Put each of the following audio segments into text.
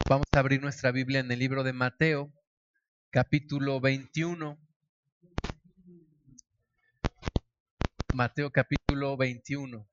Vamos a abrir nuestra Biblia en el libro de Mateo, capítulo 21. Mateo capítulo 21.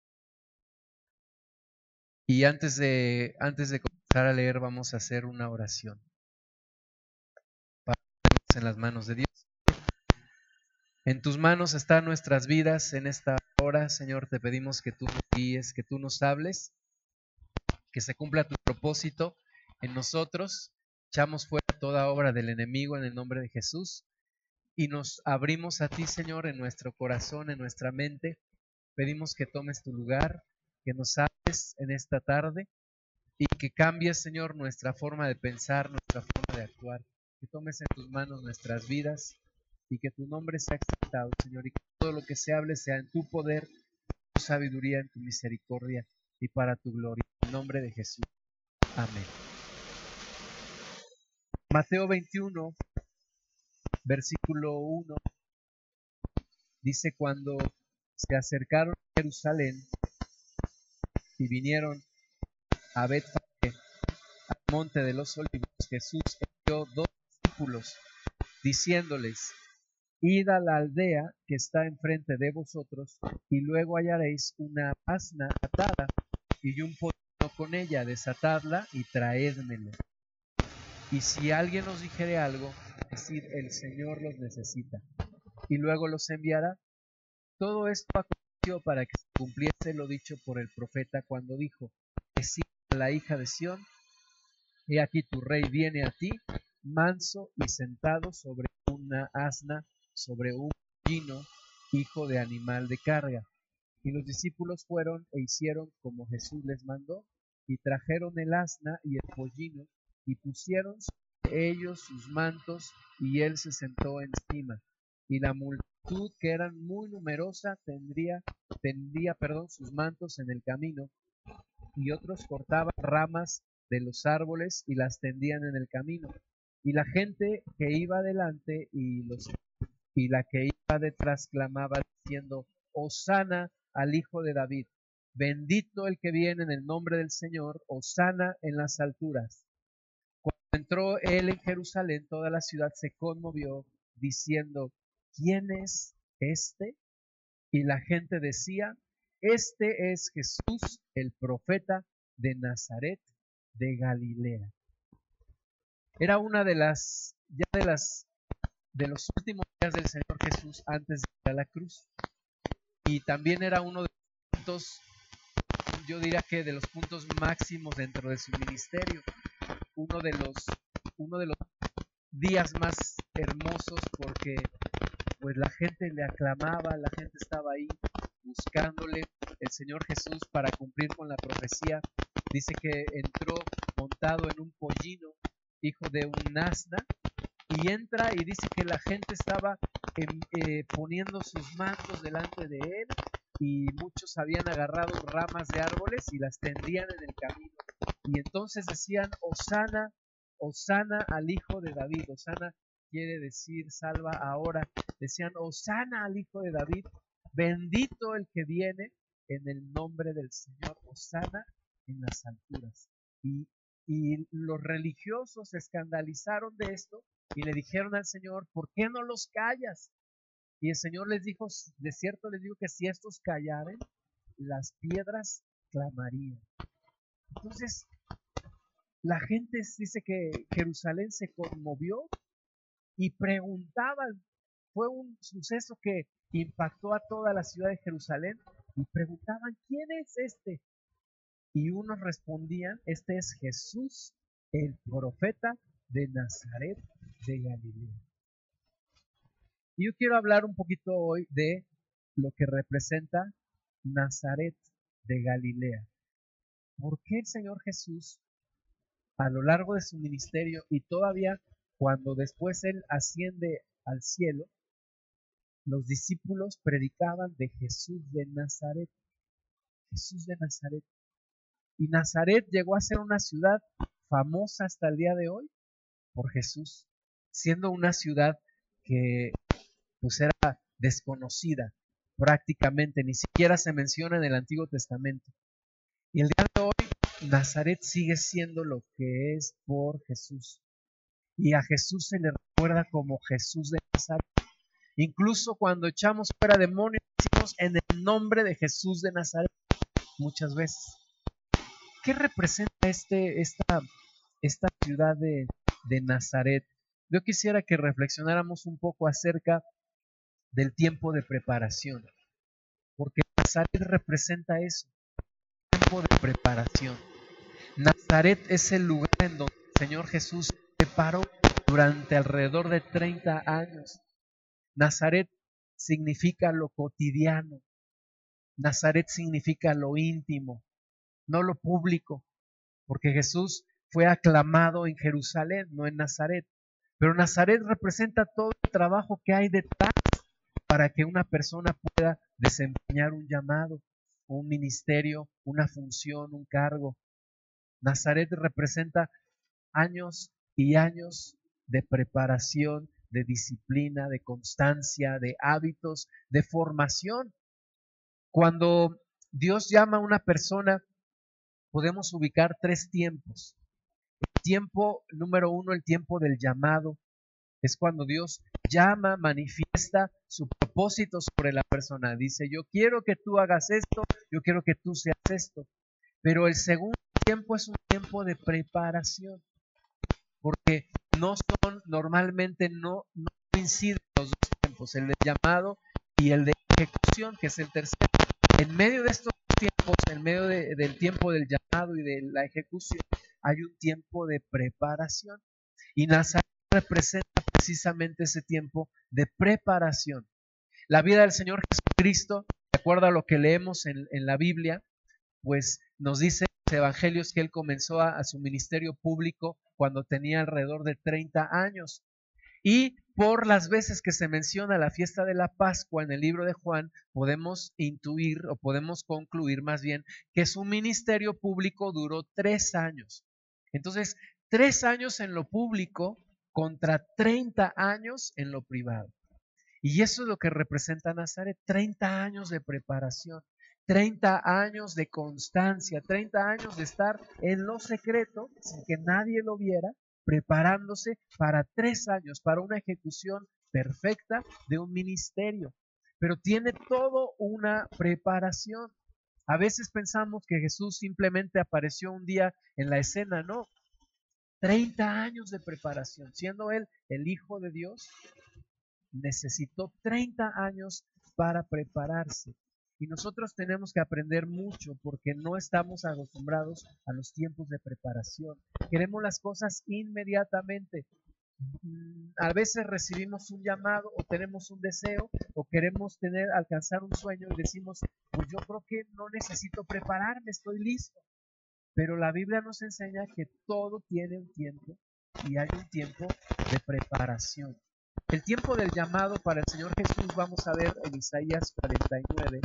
Y antes de comenzar a leer, vamos a hacer una oración. Para ponernos en las manos de Dios. En tus manos están nuestras vidas en esta hora, Señor. Te pedimos que tú nos guíes, que tú nos hables, que se cumpla tu propósito en nosotros. Echamos fuera toda obra del enemigo en el nombre de Jesús. Y nos abrimos a ti, Señor, en nuestro corazón, en nuestra mente. Pedimos que tomes tu lugar, que nos hables en esta tarde y que cambies, Señor, nuestra forma de pensar, nuestra forma de actuar. Que tomes en tus manos nuestras vidas y que tu nombre sea exaltado, Señor, y que todo lo que se hable sea en tu poder, tu sabiduría, en tu misericordia y para tu gloria. En el nombre de Jesús. Amén. Mateo 21, versículo 1, dice: cuando se acercaron a Jerusalén y vinieron a Betfagé, al monte de los olivos, Jesús envió 2 discípulos, diciéndoles: id a la aldea que está enfrente de vosotros, y luego hallaréis una asna atada y un pollino con ella, desatadla y traédmelo. Y si alguien os dijere algo, decid: el Señor los necesita, y luego los enviará. Todo esto aconteció para que se cumpliese lo dicho por el profeta cuando dijo: decid a la hija de Sión: he aquí tu rey viene a ti, manso y sentado sobre una asna, sobre un pollino, hijo de animal de carga. Y los discípulos fueron e hicieron como Jesús les mandó, y trajeron el asna y el pollino, y pusieron sobre ellos sus mantos, y él se sentó encima. Y la multitud, que era muy numerosa, tendía sus mantos en el camino, y otros cortaban ramas de los árboles y las tendían en el camino. Y la gente que iba delante y la que iba detrás clamaba diciendo: Hosana al Hijo de David, bendito el que viene en el nombre del Señor, Hosana en las alturas. Cuando entró él en Jerusalén, toda la ciudad se conmovió, diciendo: ¿quién es este? Y la gente decía: este es Jesús, el profeta de Nazaret de Galilea. Era una de los últimos días del Señor Jesús antes de ir a la cruz. Y también era uno de los puntos, yo diría que de los puntos máximos dentro de su ministerio. Uno de los días más hermosos, porque pues la gente le aclamaba, la gente estaba ahí buscándole. El Señor Jesús, para cumplir con la profecía, dice que entró montado en un pollino, hijo de un asna, y entra y dice que la gente estaba poniendo sus mantos delante de él, y muchos habían agarrado ramas de árboles y las tendían en el camino, y entonces decían: Hosana, Hosana al Hijo de David. Hosana quiere decir salva ahora. Decían: Hosana al Hijo de David, bendito el que viene en el nombre del Señor, Hosana en las alturas. Y los religiosos se escandalizaron de esto y le dijeron al Señor: ¿por qué no los callas? Y el Señor les dijo: de cierto les digo que si estos callaren, las piedras clamarían. Entonces, la gente dice que Jerusalén se conmovió y preguntaban. Fue un suceso que impactó a toda la ciudad de Jerusalén, y preguntaban: ¿quién es este? Y unos respondían: este es Jesús, el profeta de Nazaret de Galilea. Y yo quiero hablar un poquito hoy de lo que representa Nazaret de Galilea. ¿Por qué el Señor Jesús, a lo largo de su ministerio y todavía cuando después Él asciende al cielo, los discípulos predicaban de Jesús de Nazaret? Jesús de Nazaret. Y Nazaret llegó a ser una ciudad famosa hasta el día de hoy por Jesús, siendo una ciudad que pues era desconocida prácticamente, ni siquiera se menciona en el Antiguo Testamento. Y el día de hoy Nazaret sigue siendo lo que es por Jesús. Y a Jesús se le recuerda como Jesús de Nazaret. Incluso cuando echamos fuera demonios, decimos en el nombre de Jesús de Nazaret muchas veces. ¿Qué representa esta ciudad de Nazaret? Yo quisiera que reflexionáramos un poco acerca del tiempo de preparación, porque Nazaret representa eso, tiempo de preparación. Nazaret es el lugar en donde el Señor Jesús se preparó durante alrededor de 30 años. Nazaret significa lo cotidiano. Nazaret significa lo íntimo, no lo público, porque Jesús fue aclamado en Jerusalén, no en Nazaret. Pero Nazaret representa todo el trabajo que hay detrás para que una persona pueda desempeñar un llamado, un ministerio, una función, un cargo. Nazaret representa años y años de preparación, de disciplina, de constancia, de hábitos, de formación. Cuando Dios llama a una persona, podemos ubicar 3 tiempos. El tiempo número 1, el tiempo del llamado, es cuando Dios llama, manifiesta su propósito sobre la persona. Dice, yo quiero que tú hagas esto, yo quiero que tú seas esto. Pero el segundo tiempo es un tiempo de preparación, porque normalmente no coinciden los dos tiempos, el de llamado y el de ejecución, que es el tercero. En medio de estos tiempos, en medio del tiempo del llamado y de la ejecución, hay un tiempo de preparación. Y Nazaret representa precisamente ese tiempo de preparación. La vida del Señor Jesucristo, de acuerdo a lo que leemos en la Biblia, pues nos dice en los evangelios que Él comenzó a su ministerio público cuando tenía alrededor de 30 años. Y por las veces que se menciona la fiesta de la Pascua en el libro de Juan, podemos intuir o podemos concluir más bien que su ministerio público duró 3 años. Entonces, 3 años en lo público contra 30 años en lo privado. Y eso es lo que representa Nazaret, 30 años de preparación, 30 años de constancia, 30 años de estar en lo secreto sin que nadie lo viera, preparándose para 3 años, para una ejecución perfecta de un ministerio. Pero tiene todo una preparación. A veces pensamos que Jesús simplemente apareció un día en la escena, no. 30 años de preparación, siendo Él el Hijo de Dios, necesitó 30 años para prepararse. Y nosotros tenemos que aprender mucho porque no estamos acostumbrados a los tiempos de preparación. Queremos las cosas inmediatamente. A veces recibimos un llamado o tenemos un deseo o queremos alcanzar un sueño y decimos, pues yo creo que no necesito prepararme, estoy listo. Pero la Biblia nos enseña que todo tiene un tiempo y hay un tiempo de preparación. El tiempo del llamado para el Señor Jesús vamos a ver en Isaías 49.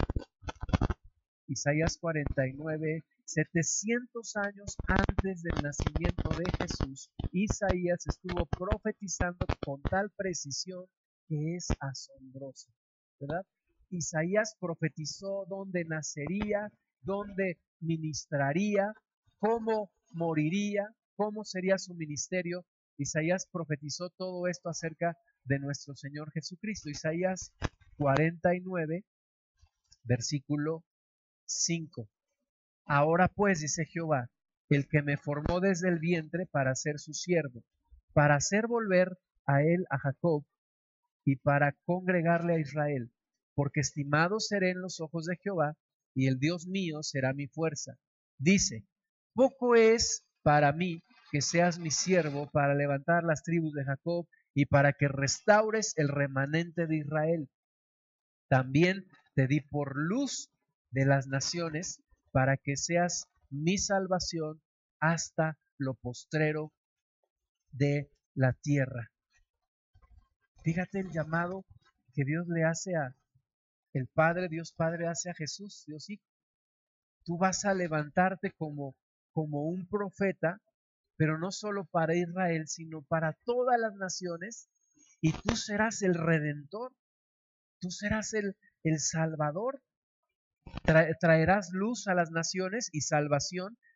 Isaías 49, 700 años antes del nacimiento de Jesús, Isaías estuvo profetizando con tal precisión que es asombrosa, ¿verdad? Isaías profetizó dónde nacería, dónde ministraría, cómo moriría, cómo sería su ministerio. Isaías profetizó todo esto acerca de nuestro Señor Jesucristo. Isaías 49, versículo 5. Ahora pues, dice Jehová, el que me formó desde el vientre para ser su siervo, para hacer volver a él a Jacob y para congregarle a Israel, porque estimado seré en los ojos de Jehová y el Dios mío será mi fuerza. Dice, poco es para mí que seas mi siervo para levantar las tribus de Jacob y para que restaures el remanente de Israel. También te di por luz de las naciones para que seas mi salvación hasta lo postrero de la tierra. Fíjate el llamado que Dios le hace a el Padre, Dios Padre hace a Jesús, Dios Hijo. Tú vas a levantarte como un profeta, pero no solo para Israel, sino para todas las naciones, y tú serás el redentor, tú serás el Salvador. Traerás luz a las naciones y salvación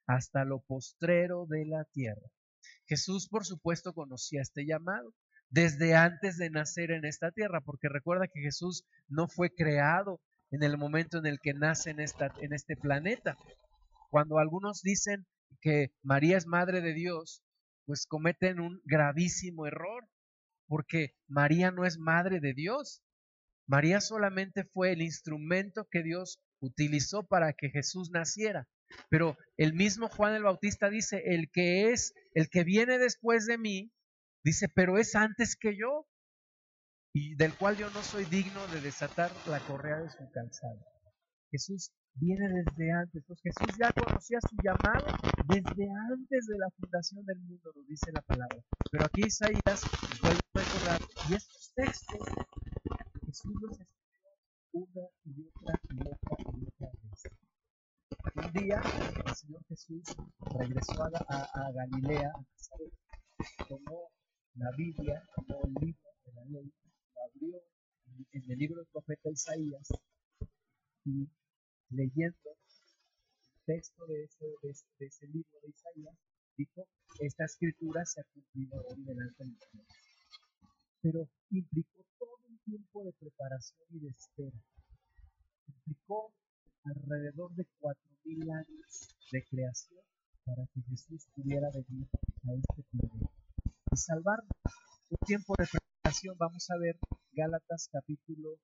hasta lo postrero de la tierra. Jesús, por supuesto, conocía este llamado desde antes de nacer en esta tierra, porque recuerda que Jesús no fue creado en el momento en el que nace en este planeta. Cuando algunos dicen que María es madre de Dios, pues cometen un gravísimo error, porque María no es madre de Dios. María solamente fue el instrumento que Dios utilizó para que Jesús naciera. Pero el mismo Juan el Bautista dice, el que viene después de mí, dice, pero es antes que yo, y del cual yo no soy digno de desatar la correa de su calzado. Jesús viene desde antes. Pues Jesús ya conocía su llamado desde antes de la fundación del mundo, nos dice la palabra. Pero aquí Isaías vuelve a recordar, y estos textos Jesús los escribió una y otra y otra y otra vez. Un día el Señor Jesús regresó a Galilea, a Nazaret, tomó la Biblia, tomó el libro de la ley, lo abrió en el libro del profeta Isaías y leyendo el texto de ese libro de Isaías, dijo, esta escritura se ha cumplido hoy delante de ustedes. Pero implicó todo un tiempo de preparación y de espera. Implicó alrededor de 4,000 años de creación para que Jesús pudiera venir a este planeta y salvarnos. Un tiempo de preparación, vamos a ver Gálatas capítulo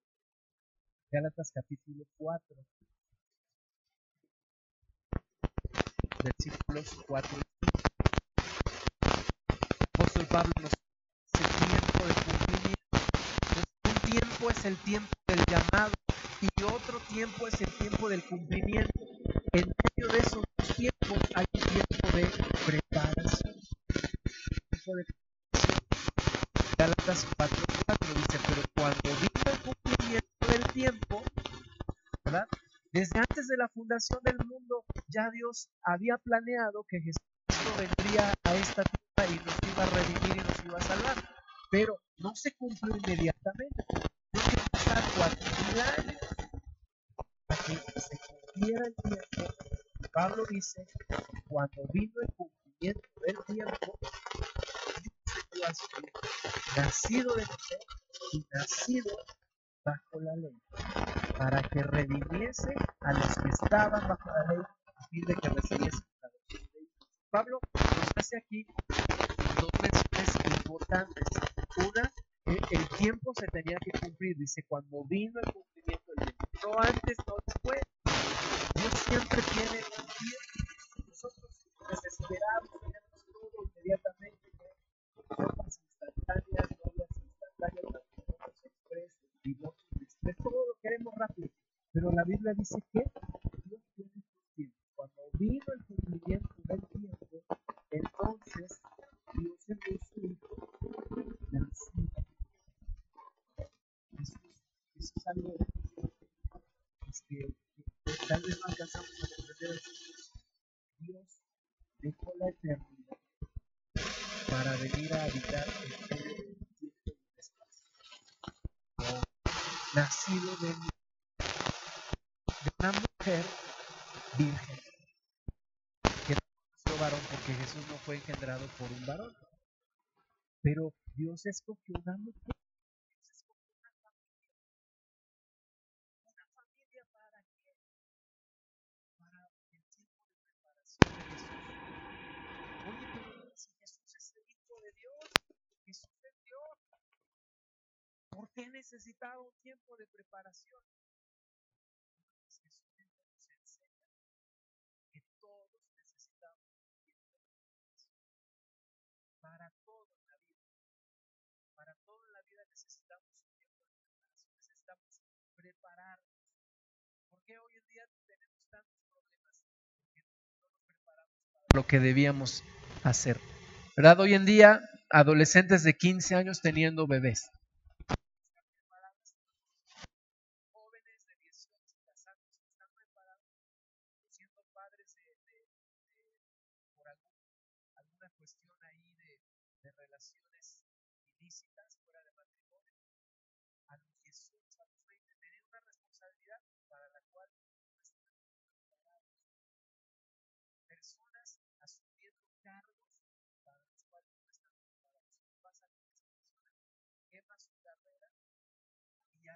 4, versículos 4 y 5. El apóstol Pablo nos dice el tiempo de cumplimiento. Entonces, un tiempo es el tiempo del llamado y otro tiempo es el tiempo del cumplimiento. En medio de esos dos tiempos hay un tiempo de preparación. Gálatas 4:4 dice, pero cuando vino el cumplimiento del tiempo, ¿verdad? Desde antes de la fundación del mundo, ya Dios había planeado que Jesucristo vendría a esta tierra y nos iba a redimir y nos iba a salvar. Pero no se cumplió inmediatamente. Tuvo que pasar 4,000 años para que se cumpliera el tiempo. Pablo dice, cuando vino el cumplimiento del tiempo, Dios a su hijo, nacido de mujer y nacido bajo la ley, para que redimiese a los que estaban bajo la ley, a fin de que recibiesen la adopción de hijos. Pablo nos hace aquí dos menciones importantes. Una, el tiempo se tenía que cumplir, dice, cuando vino el cumplimiento del tiempo, no antes, no después. Dios siempre tiene un tiempo. Nosotros desesperados tenemos todo inmediatamente, formas instantáneas, novias instantáneas, matrimonios express, divorcios express, todo lo queremos rápido. Pero la Biblia dice que Dios tiene su tiempo. Cuando vino el cumplimiento del tiempo, entonces Dios envió su hijo nacido. Eso es algo que tal vez no alcanzamos a comprender. Dios dejó la eternidad para venir a habitar en medio del tiempo y del espacio. Nacido de una mujer virgen, que no nació varón porque Jesús no fue engendrado por un varón. Pero Dios escogió una mujer, Dios escogió una familia. ¿Una familia para qué? Para el tiempo de preparación de Jesús. Oye, pero si Jesús es el Hijo de Dios, Jesús es Dios, ¿por qué necesitaba un tiempo de preparación? Pues Jesús mismo nos enseña que todos necesitamos un tiempo de preparación. Para todo en la vida. Para todo en la vida necesitamos un tiempo de preparación. Necesitamos prepararnos. ¿Por qué hoy en día tenemos tantos problemas? Porque no nos preparamos para lo que debíamos hacer. ¿Verdad? Hoy en día, adolescentes de 15 años teniendo bebés. ¿Están preparados? Jóvenes de 18 casados, ¿están preparados? Siendo padres por alguna cuestión ahí de relaciones ilícitas fuera de matrimonio. A los 18, a los 20, tener una responsabilidad para la cual no están preparados. Personas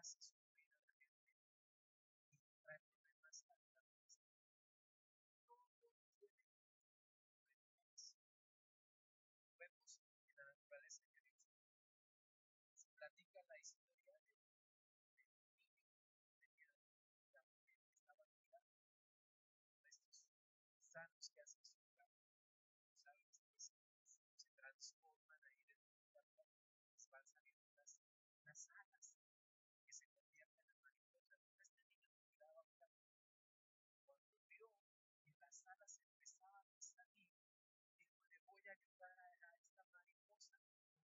hace sufrir a la gente y trae problemas a la vida. Todo tiene problemas. Vemos en la naturaleza que Dios se platica la historia de un niño que tenía la mujer que estaba cuidando de estos gusanos que hacen su cama. ¿Sabes? Después se transforman ahí dentro de la cama, les van saliendo las alas que se convierten en mariposas. Este niño cuidaba una mujer. Cuando vio que las alas empezaban a salir, dijo, le voy a ayudar a esta mariposa.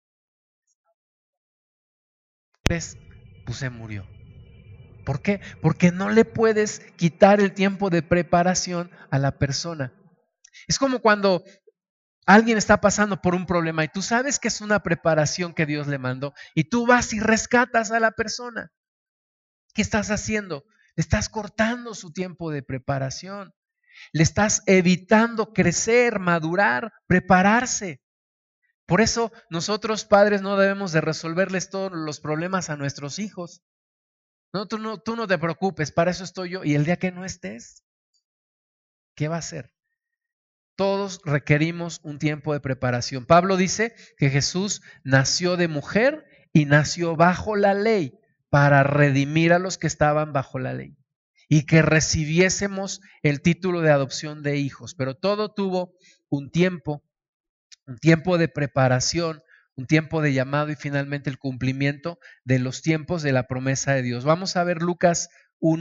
Pues se murió. ¿Por qué? Porque no le puedes quitar el tiempo de preparación a la persona. Es como cuando alguien está pasando por un problema y tú sabes que es una preparación que Dios le mandó y tú vas y rescatas a la persona. ¿Qué estás haciendo? Le estás cortando su tiempo de preparación. Le estás evitando crecer, madurar, prepararse. Por eso nosotros padres no debemos de resolverles todos los problemas a nuestros hijos. No, tú no te preocupes, para eso estoy yo. Y el día que no estés, ¿qué va a hacer? Todos requerimos un tiempo de preparación. Pablo dice que Jesús nació de mujer y nació bajo la ley para redimir a los que estaban bajo la ley y que recibiésemos el título de adopción de hijos. Pero todo tuvo un tiempo de preparación, un tiempo de llamado y finalmente el cumplimiento de los tiempos de la promesa de Dios. Vamos a ver Lucas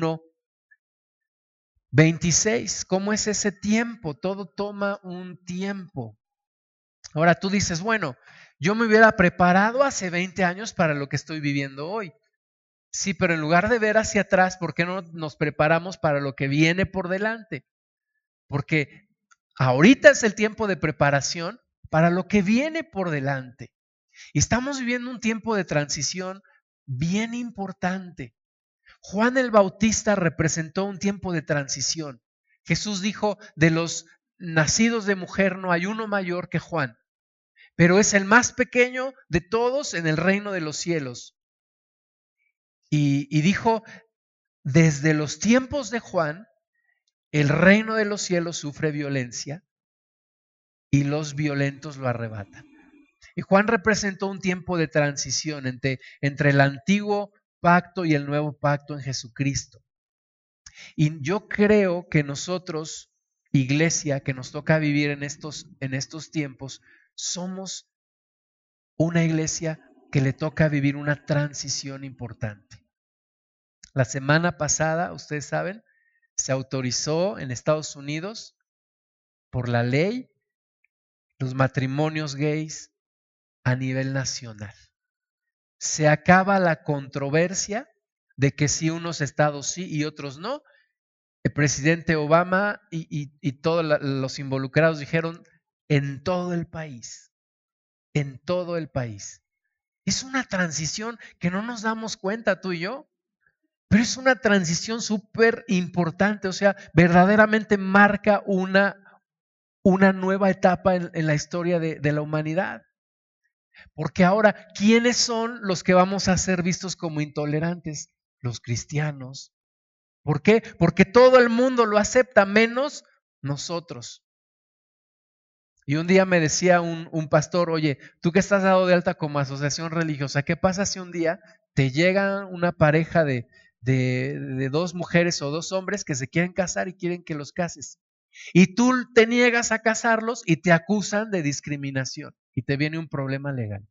1:26. ¿Cómo es ese tiempo? Todo toma un tiempo. Ahora tú dices, bueno, yo me hubiera preparado hace 20 años para lo que estoy viviendo hoy. Sí, pero en lugar de ver hacia atrás, ¿por qué no nos preparamos para lo que viene por delante? Porque ahorita es el tiempo de preparación para lo que viene por delante. Y estamos viviendo un tiempo de transición bien importante. Juan el Bautista representó un tiempo de transición. Jesús dijo, de los nacidos de mujer no hay uno mayor que Juan, pero es el más pequeño de todos en el reino de los cielos. Y dijo, desde los tiempos de Juan, el reino de los cielos sufre violencia y los violentos lo arrebatan. Y Juan representó un tiempo de transición entre el antiguo pacto y el nuevo pacto en Jesucristo. Y yo creo que nosotros, iglesia, que nos toca vivir en estos tiempos, somos una iglesia que le toca vivir una transición importante. La semana pasada, ustedes saben, se autorizó en Estados Unidos por la ley los matrimonios gays a nivel nacional. Se acaba la controversia de que si unos estados sí y otros no. El presidente Obama y todos los involucrados dijeron en todo el país, en todo el país. Es una transición que no nos damos cuenta tú y yo, pero es una transición súper importante, o sea, verdaderamente marca una nueva etapa en la historia de la humanidad. Porque ahora, ¿quiénes son los que vamos a ser vistos como intolerantes? Los cristianos. ¿Por qué? Porque todo el mundo lo acepta, menos nosotros. Y un día me decía un pastor, oye, tú que estás dado de alta como asociación religiosa, ¿qué pasa si un día te llega una pareja de dos mujeres o dos hombres que se quieren casar y quieren que los cases? Y tú te niegas a casarlos y te acusan de discriminación y te viene un problema legal.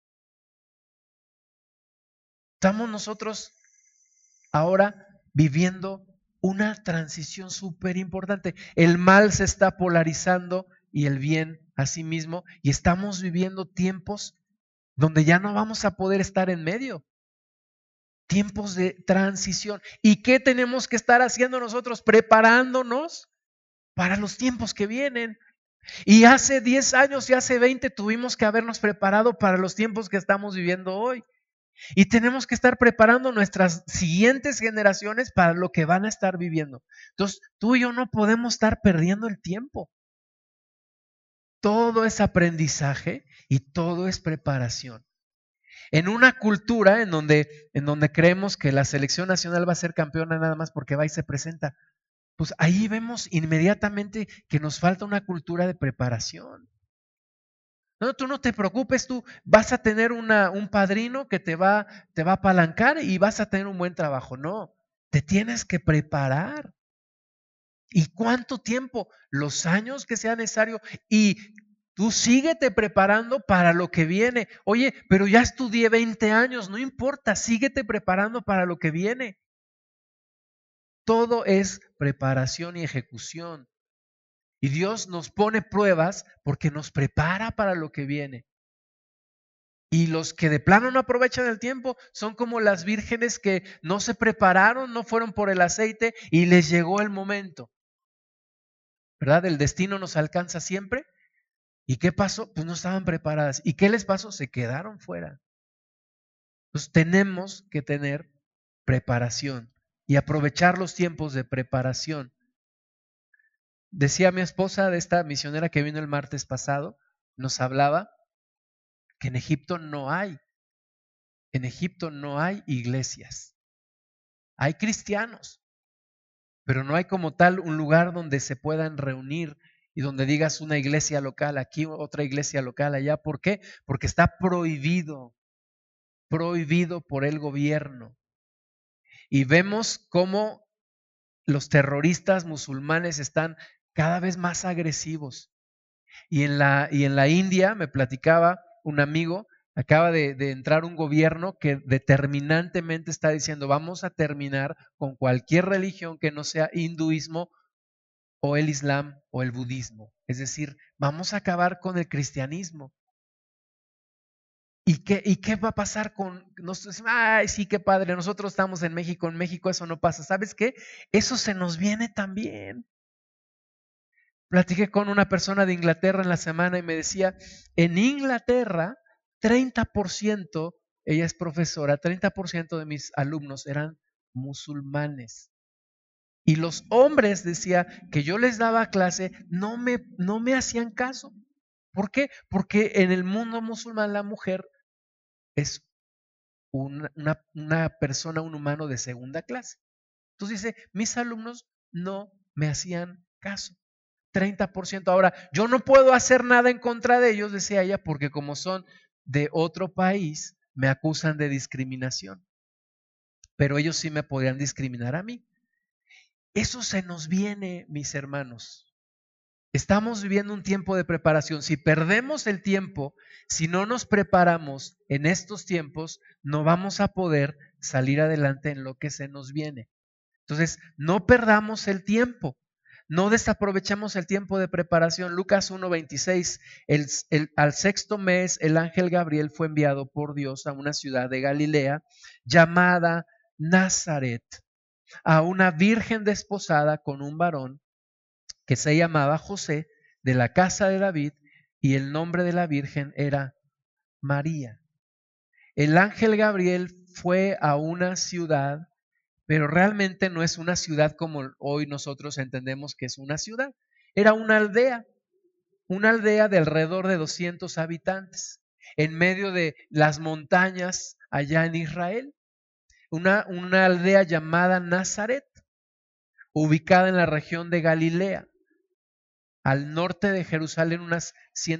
Estamos nosotros ahora viviendo una transición súper importante. El mal se está polarizando y el bien asimismo, y estamos viviendo tiempos donde ya no vamos a poder estar en medio. Tiempos de transición. ¿Y qué tenemos que estar haciendo nosotros? Preparándonos para los tiempos que vienen. Y hace 10 años y hace 20 tuvimos que habernos preparado para los tiempos que estamos viviendo hoy. Y tenemos que estar preparando nuestras siguientes generaciones para lo que van a estar viviendo. Entonces, tú y yo no podemos estar perdiendo el tiempo. Todo es aprendizaje y todo es preparación. En una cultura en donde creemos que la selección nacional va a ser campeona nada más porque va y se presenta, pues ahí vemos inmediatamente que nos falta una cultura de preparación. No, tú no te preocupes, tú vas a tener un padrino que te va a apalancar y vas a tener un buen trabajo. No, te tienes que preparar. ¿Y cuánto tiempo? Los años que sea necesario. Y tú síguete preparando para lo que viene. Oye, pero ya estudié 20 años, no importa, síguete preparando para lo que viene. Todo es preparación y ejecución. Y Dios nos pone pruebas porque nos prepara para lo que viene. Y los que de plano no aprovechan el tiempo son como las vírgenes que no se prepararon, no fueron por el aceite y les llegó el momento. ¿Verdad? El destino nos alcanza siempre. ¿Y qué pasó? Pues no estaban preparadas. ¿Y qué les pasó? Se quedaron fuera. Entonces tenemos que tener preparación y aprovechar los tiempos de preparación. Decía mi esposa de esta misionera que vino el martes pasado, nos hablaba que en Egipto no hay iglesias. Hay cristianos, pero no hay como tal un lugar donde se puedan reunir y donde digas una iglesia local aquí, otra iglesia local allá. ¿Por qué? Porque está prohibido por el gobierno. Y vemos cómo los terroristas musulmanes están cada vez más agresivos. Y en la India, me platicaba un amigo, acaba de entrar un gobierno que determinantemente está diciendo, vamos a terminar con cualquier religión que no sea hinduismo o el islam o el budismo. Es decir, vamos a acabar con el cristianismo. ¿Y qué va a pasar con nosotros? Ay, sí, qué padre, nosotros estamos en México eso no pasa. ¿Sabes qué? Eso se nos viene también. Platiqué con una persona de Inglaterra en la semana y me decía, en Inglaterra, 30%, ella es profesora, 30% de mis alumnos eran musulmanes. Y los hombres, decía, que yo les daba clase, no me hacían caso. ¿Por qué? Porque en el mundo musulmán la mujer es una persona, un humano de segunda clase. Entonces dice, mis alumnos no me hacían caso. 30%. Ahora, yo no puedo hacer nada en contra de ellos, decía ella, porque como son de otro país, me acusan de discriminación. Pero ellos sí me podrían discriminar a mí. Eso se nos viene, mis hermanos. Estamos viviendo un tiempo de preparación. Si perdemos el tiempo, si no nos preparamos en estos tiempos, no vamos a poder salir adelante en lo que se nos viene. Entonces, no perdamos el tiempo. No desaprovechemos el tiempo de preparación. Lucas 1:26, al sexto mes el ángel Gabriel fue enviado por Dios a una ciudad de Galilea llamada Nazaret, a una virgen desposada con un varón que se llamaba José, de la casa de David, y el nombre de la virgen era María. El ángel Gabriel fue a una ciudad, pero realmente no es una ciudad como hoy nosotros entendemos que es una ciudad. Era una aldea de alrededor de 200 habitantes, en medio de las montañas allá en Israel. Una aldea llamada Nazaret, ubicada en la región de Galilea, al norte de Jerusalén, unos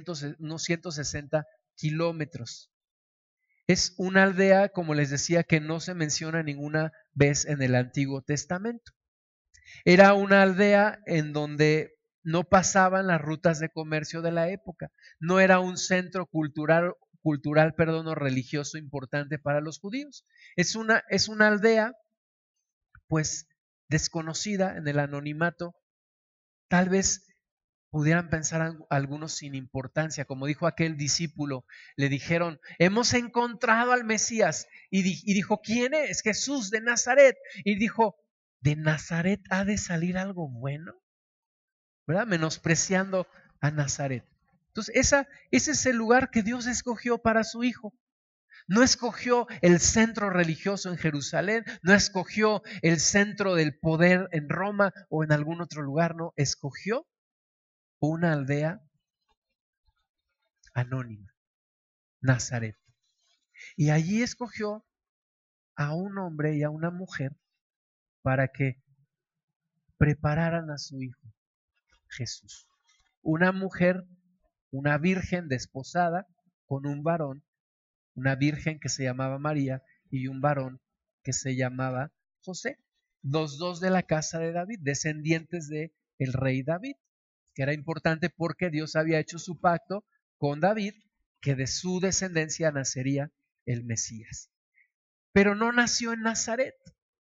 160 kilómetros. Es una aldea, como les decía, que no se menciona ninguna vez en el Antiguo Testamento. Era una aldea en donde no pasaban las rutas de comercio de la época. No era un centro cultural, o religioso importante para los judíos. Es una aldea, pues, desconocida en el anonimato. Tal vez pudieran pensar algunos sin importancia, como dijo aquel discípulo, le dijeron, hemos encontrado al Mesías, y dijo, ¿quién es? Jesús de Nazaret, y dijo, ¿de Nazaret ha de salir algo bueno? ¿Verdad? Menospreciando a Nazaret. Entonces, ese es el lugar que Dios escogió para su hijo. No escogió el centro religioso en Jerusalén, no escogió el centro del poder en Roma o en algún otro lugar, no, escogió una aldea anónima, Nazaret. Y allí escogió a un hombre y a una mujer para que prepararan a su hijo Jesús. Una mujer, una virgen desposada con un varón, una virgen que se llamaba María y un varón que se llamaba José, los dos de la casa de David, descendientes de el rey David, que era importante porque Dios había hecho su pacto con David, que de su descendencia nacería el Mesías. Pero no nació en Nazaret.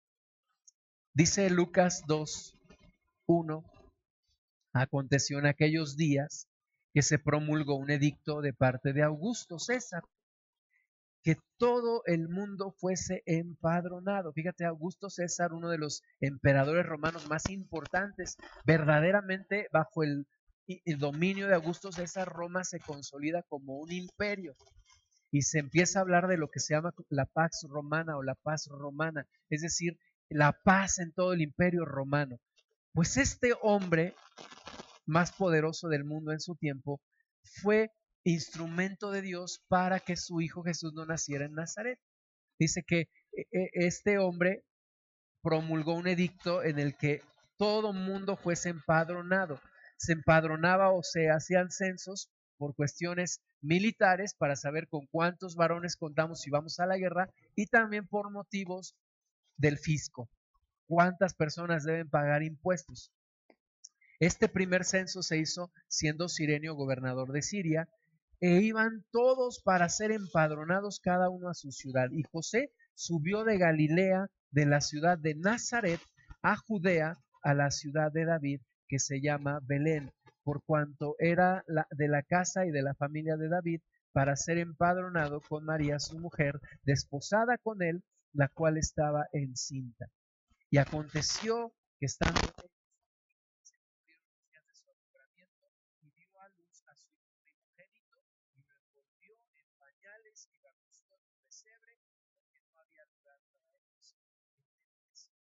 Dice Lucas 2:1, aconteció en aquellos días que se promulgó un edicto de parte de Augusto César, que todo el mundo fuese empadronado. Fíjate, Augusto César, uno de los emperadores romanos más importantes, verdaderamente bajo el dominio de Augusto César, Roma se consolida como un imperio y se empieza a hablar de lo que se llama la Pax Romana o la paz romana, es decir, la paz en todo el imperio romano. Pues este hombre más poderoso del mundo en su tiempo fue instrumento de Dios para que su hijo Jesús no naciera en Nazaret. Dice que este hombre promulgó un edicto en el que todo mundo fuese empadronado. Se empadronaba o se hacían censos por cuestiones militares para saber con cuántos varones contamos si vamos a la guerra y también por motivos del fisco, cuántas personas deben pagar impuestos. Este primer censo se hizo siendo Cirenio gobernador de Siria e iban todos para ser empadronados cada uno a su ciudad. Y José subió de Galilea, de la ciudad de Nazaret, a Judea, a la ciudad de David, que se llama Belén, por cuanto era de la casa y de la familia de David, para ser empadronado con María su mujer, desposada con él, la cual estaba encinta. Y aconteció que estando se cumplieron los días de su alumbramiento y dio a luz a su hijo primogénito y lo envolvió en pañales y lo acostó en un pesebre porque no había lugar para ellos en el pesebre.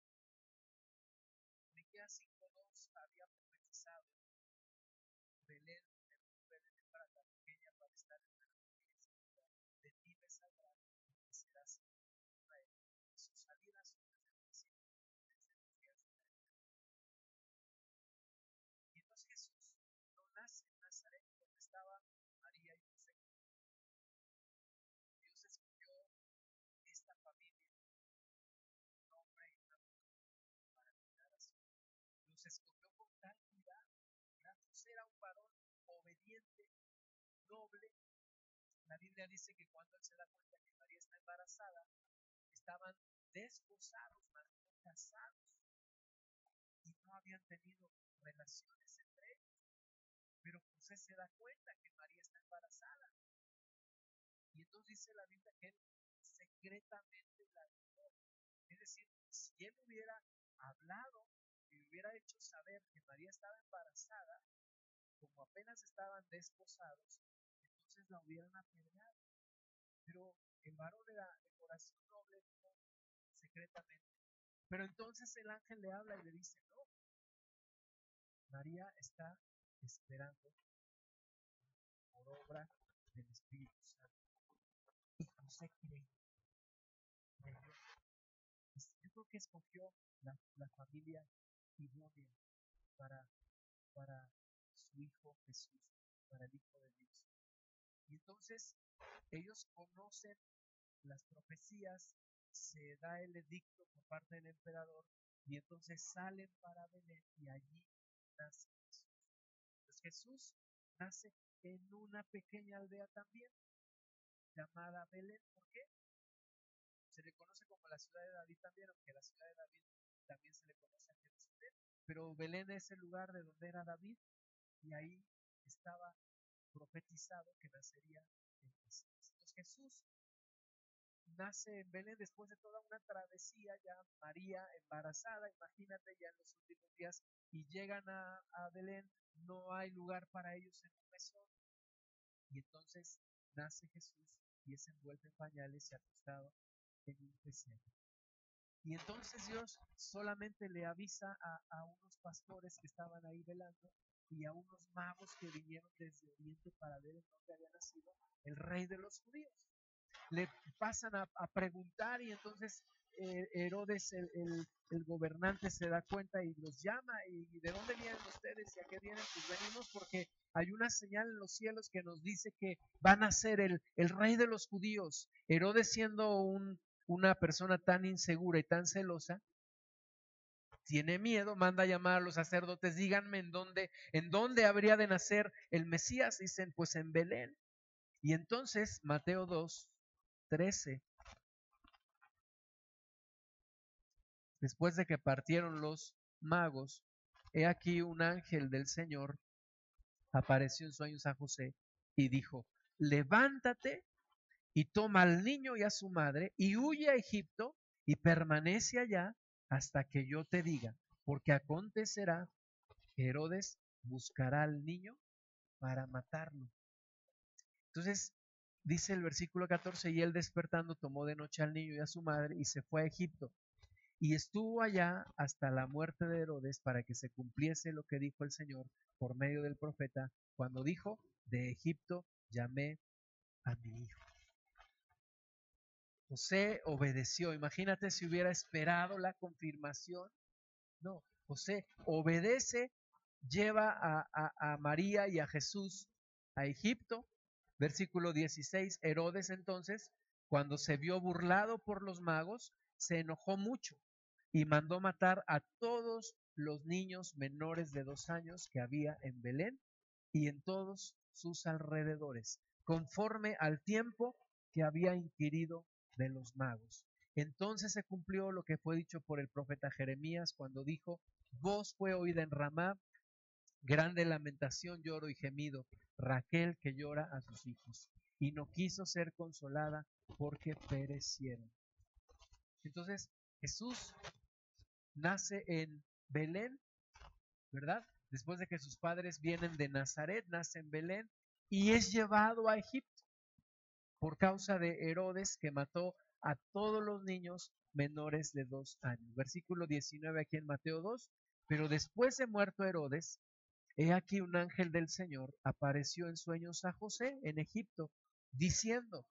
Miqueas 5:2 había profetizado: Belén, de Efrata, pequeña para estar entre las mujeres, de ti me saldrá el que será Señor de Israel, y sus salidas son desde el principio, desde los días de la eternidad. Y entonces Jesús no nace en Nazaret donde estaba María y José. Dios escogió esta familia, un hombre y una mujer, para cuidar a su hijo. Los escogió con tal cuidado. José era un varón obediente, noble. La Biblia dice que cuando él se da cuenta que María está embarazada, estaban desposados, mas no casados, y no habían tenido relaciones entre ellos. Pero José se da cuenta que María está embarazada. Y entonces dice la Biblia que él secretamente la dejó. Es decir, si él hubiera hablado y hubiera hecho saber que María estaba embarazada, como apenas estaban desposados, entonces la hubieran apedreado. Pero el varón era de corazón noble, dijo secretamente. Pero entonces el ángel le habla y le dice: no, María está esperando por obra del Espíritu Santo. Y José creyó. Yo creo que escogió la familia idónea para, para su hijo Jesús, para el Hijo de Dios. Y entonces ellos conocen las profecías, se da el edicto por parte del emperador y entonces salen para Belén y allí nace Jesús. Entonces Jesús nace en una pequeña aldea también llamada Belén. ¿Por qué? Se le conoce como la ciudad de David también, aunque la ciudad de David también se le conoce a Jerusalén, pero Belén es el lugar de donde era David y ahí estaba profetizado que nacería el Mesías. Entonces Jesús nace en Belén después de toda una travesía, ya María embarazada, imagínate, ya en los últimos días, y llegan a Belén, no hay lugar para ellos en un mesón, y entonces nace Jesús y es envuelto en pañales y acostado en un pesebre. Y entonces Dios solamente le avisa a unos pastores que estaban ahí velando y a unos magos que vinieron desde Oriente para ver en dónde había nacido el rey de los judíos. le pasan a preguntar y entonces Herodes, el gobernante, se da cuenta y los llama. ¿Y de dónde vienen ustedes y a qué vienen? Pues venimos porque hay una señal en los cielos que nos dice que van a ser el rey de los judíos. Herodes, siendo una persona tan insegura y tan celosa, tiene miedo, manda a llamar a los sacerdotes, díganme en dónde habría de nacer el Mesías. Dicen, pues en Belén. Y entonces Mateo 2:13, después de que partieron los magos, he aquí un ángel del Señor apareció en sueños a José y dijo, levántate y toma al niño y a su madre y huye a Egipto y permanece allá hasta que yo te diga, porque acontecerá que Herodes buscará al niño para matarlo. Entonces, dice el versículo 14, y él despertando tomó de noche al niño y a su madre y se fue a Egipto. Y estuvo allá hasta la muerte de Herodes para que se cumpliese lo que dijo el Señor por medio del profeta, cuando dijo, de Egipto llamé a mi hijo. José obedeció. Imagínate si hubiera esperado la confirmación. No, José obedece, lleva a María y a Jesús a Egipto. Versículo 16, Herodes entonces, cuando se vio burlado por los magos, se enojó mucho y mandó matar a todos los niños menores de 2 años que había en Belén y en todos sus alrededores, conforme al tiempo que había inquirido de los magos. Entonces se cumplió lo que fue dicho por el profeta Jeremías cuando dijo, voz fue oída en Ramá, grande lamentación, lloro y gemido, Raquel que llora a sus hijos, y no quiso ser consolada porque perecieron. Entonces Jesús nace en Belén, ¿verdad? Después de que sus padres vienen de Nazaret, nace en Belén y es llevado a Egipto por causa de Herodes, que mató a todos los niños menores de 2 años. Versículo 19 aquí en Mateo 2, pero después de muerto Herodes, he aquí un ángel del Señor apareció en sueños a José en Egipto, diciendo,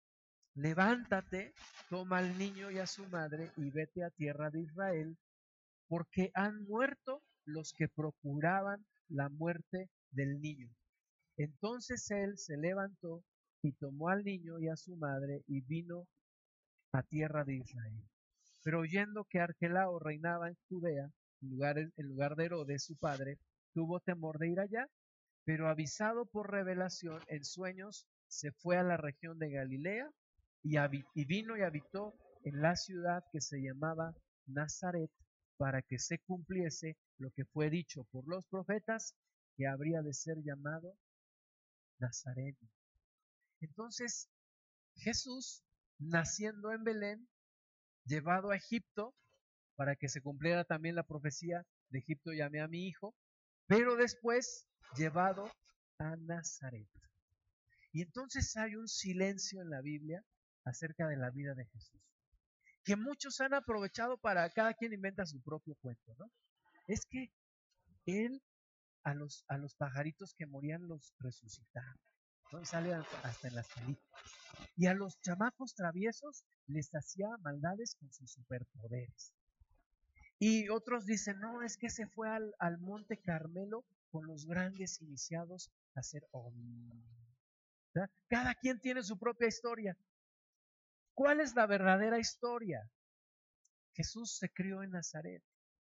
levántate, toma al niño y a su madre y vete a tierra de Israel, porque han muerto los que procuraban la muerte del niño. Entonces él se levantó y tomó al niño y a su madre y vino a tierra de Israel. Pero oyendo que Arquelao reinaba en Judea, en lugar de Herodes su padre, tuvo temor de ir allá, pero avisado por revelación en sueños, se fue a la región de Galilea y vino y habitó en la ciudad que se llamaba Nazaret, para que se cumpliese lo que fue dicho por los profetas, que habría de ser llamado Nazareno. Entonces, Jesús, naciendo en Belén, llevado a Egipto, para que se cumpliera también la profecía, de Egipto llamé a mi hijo, pero después llevado a Nazaret. Y entonces hay un silencio en la Biblia acerca de la vida de Jesús, que muchos han aprovechado para, cada quien inventa su propio cuento, ¿no? Es que él a los pajaritos que morían los resucitaba, ¿no? Y sale hasta en las películas. Y a los chamacos traviesos les hacía maldades con sus superpoderes. Y otros dicen, no, es que se fue al Monte Carmelo con los grandes iniciados a hacer ¿verdad? Cada quien tiene su propia historia. ¿Cuál es la verdadera historia? Jesús se crió en Nazaret.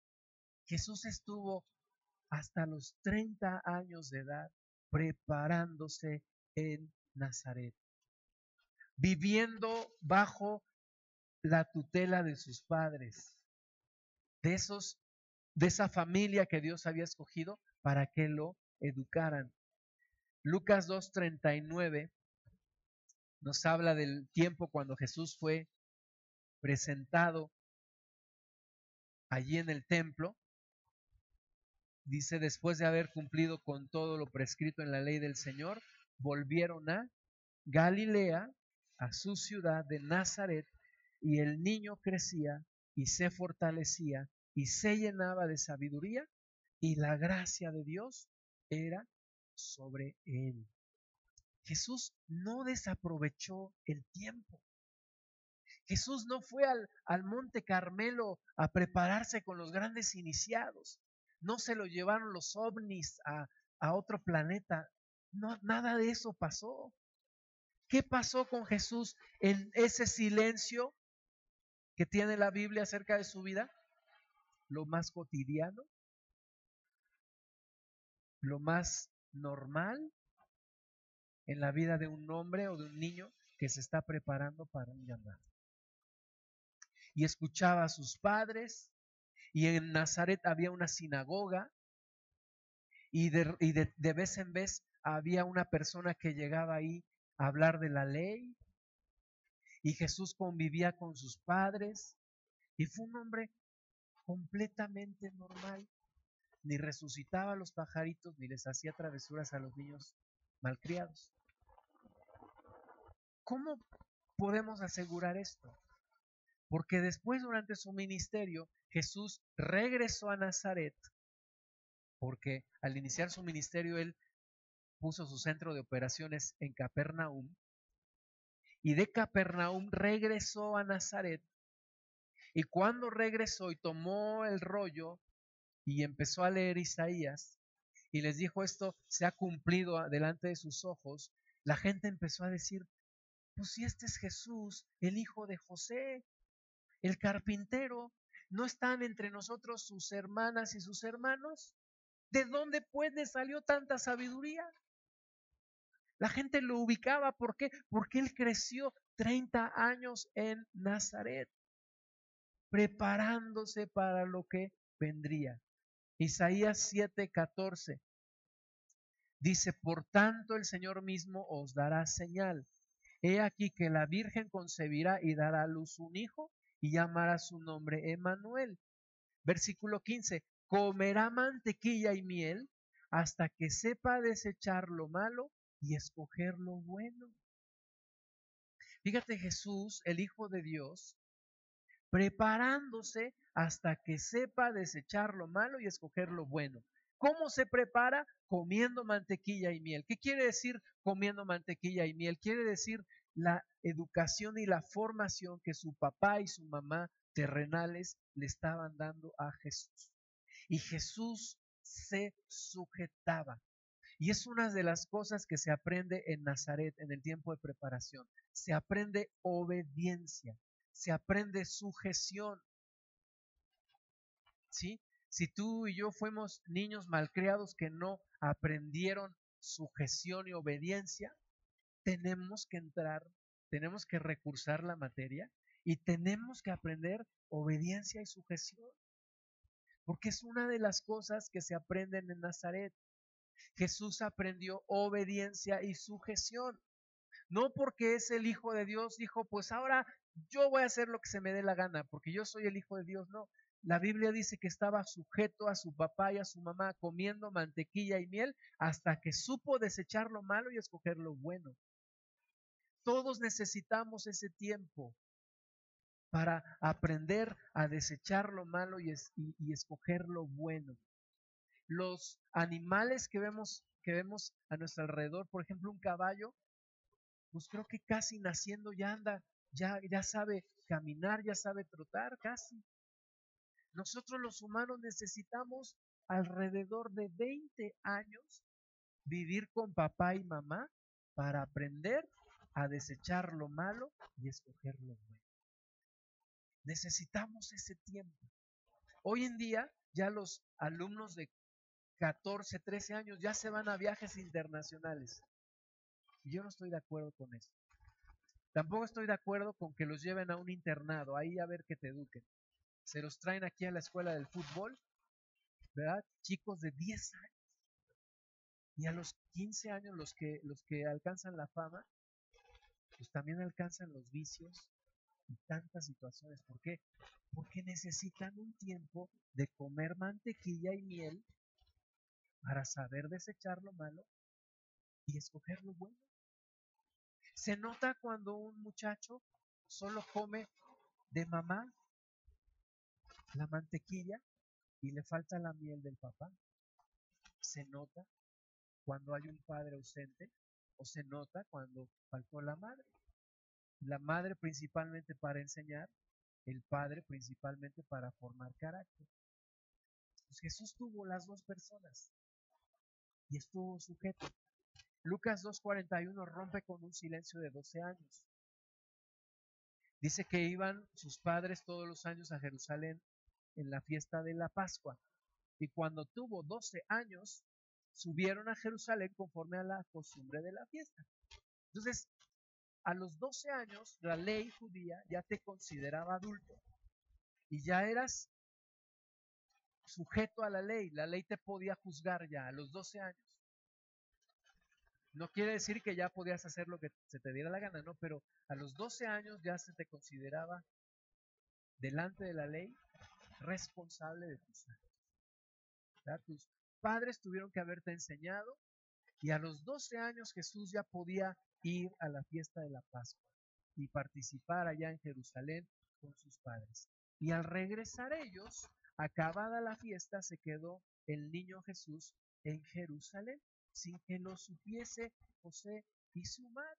Jesús estuvo hasta los 30 años de edad preparándose en Nazaret, viviendo bajo la tutela de sus padres, de esa familia que Dios había escogido para que lo educaran. Lucas 2:39 nos habla del tiempo cuando Jesús fue presentado allí en el templo. Dice, después de haber cumplido con todo lo prescrito en la ley del Señor, volvieron a Galilea, a su ciudad de Nazaret, y el niño crecía y se fortalecía y se llenaba de sabiduría, y la gracia de Dios era sobre él. Jesús no desaprovechó el tiempo. Jesús no fue al Monte Carmelo a prepararse con los grandes iniciados. No se lo llevaron los ovnis a otro planeta. No, nada de eso pasó. ¿Qué pasó con Jesús en ese silencio que tiene la Biblia acerca de su vida? Lo más cotidiano, lo más normal en la vida de un hombre o de un niño que se está preparando para un llamado. Y escuchaba a sus padres, y en Nazaret había una sinagoga, y de vez en vez había una persona que llegaba ahí a hablar de la ley, y Jesús convivía con sus padres, y fue un hombre completamente normal. Ni resucitaba a los pajaritos, ni les hacía travesuras a los niños malcriados. ¿Cómo podemos asegurar esto? Porque después, durante su ministerio, Jesús regresó a Nazaret, porque al iniciar su ministerio él puso su centro de operaciones en Capernaum, y de Capernaum regresó a Nazaret, y cuando regresó y tomó el rollo y empezó a leer Isaías, y les dijo: esto se ha cumplido delante de sus ojos, la gente empezó a decir: pues si este es Jesús, el hijo de José, el carpintero, ¿no están entre nosotros sus hermanas y sus hermanos? ¿De dónde pues le salió tanta sabiduría? La gente lo ubicaba, ¿por qué? Porque él creció 30 años en Nazaret, preparándose para lo que vendría. Isaías 7:14 dice: por tanto el Señor mismo os dará señal. He aquí que la Virgen concebirá y dará a luz un hijo, y llamará su nombre Emmanuel. Versículo 15: comerá mantequilla y miel hasta que sepa desechar lo malo y escoger lo bueno. Fíjate, Jesús, el Hijo de Dios, preparándose hasta que sepa desechar lo malo y escoger lo bueno. ¿Cómo se prepara? Comiendo mantequilla y miel. ¿Qué quiere decir comiendo mantequilla y miel? Quiere decir la educación y la formación que su papá y su mamá terrenales le estaban dando a Jesús. Y Jesús se sujetaba. Y es una de las cosas que se aprende en Nazaret en el tiempo de preparación. Se aprende obediencia, se aprende sujeción. ¿Sí? Si tú y yo fuimos niños malcriados que no aprendieron sujeción y obediencia, tenemos que entrar, tenemos que recursar la materia y tenemos que aprender obediencia y sujeción. Porque es una de las cosas que se aprenden en Nazaret. Jesús aprendió obediencia y sujeción. No porque es el Hijo de Dios, dijo: pues ahora yo voy a hacer lo que se me dé la gana, porque yo soy el Hijo de Dios. No, la Biblia dice que estaba sujeto a su papá y a su mamá, comiendo mantequilla y miel, hasta que supo desechar lo malo y escoger lo bueno. Todos necesitamos ese tiempo para aprender a desechar lo malo y escoger lo bueno. Los animales que vemos a nuestro alrededor, por ejemplo un caballo, pues creo que casi naciendo ya anda, ya sabe caminar, ya sabe trotar casi. Nosotros los humanos necesitamos alrededor de 20 años vivir con papá y mamá para aprender a desechar lo malo y escoger lo bueno. Necesitamos ese tiempo. Hoy en día ya los alumnos de 14, 13 años ya se van a viajes internacionales. Y yo no estoy de acuerdo con eso. Tampoco estoy de acuerdo con que los lleven a un internado, ahí a ver que te eduquen. Se los traen aquí a la escuela del fútbol, ¿verdad? Chicos de 10 años. Y a los 15 años los que alcanzan la fama, pues también alcanzan los vicios y tantas situaciones. ¿Por qué? Porque necesitan un tiempo de comer mantequilla y miel para saber desechar lo malo y escoger lo bueno. Se nota cuando un muchacho solo come de mamá la mantequilla y le falta la miel del papá. Se nota cuando hay un padre ausente o se nota cuando faltó la madre. La madre principalmente para enseñar, el padre principalmente para formar carácter. Pues Jesús tuvo las dos personas y estuvo sujeto. Lucas 2:41 rompe con un silencio de 12 años. Dice que iban sus padres todos los años a Jerusalén en la fiesta de la Pascua. Y cuando tuvo 12 años, subieron a Jerusalén conforme a la costumbre de la fiesta. Entonces, a los 12 años, la ley judía ya te consideraba adulto y ya eras sujeto a la ley te podía juzgar ya a los 12 años. No quiere decir que ya podías hacer lo que se te diera la gana, no, pero a los 12 años ya se te consideraba delante de la ley responsable de tus actos. ¿Verdad? Tus padres tuvieron que haberte enseñado y a los 12 años Jesús ya podía ir a la fiesta de la Pascua y participar allá en Jerusalén con sus padres. Y al regresar ellos, acabada la fiesta, se quedó el niño Jesús en Jerusalén sin que lo supiese José y su madre.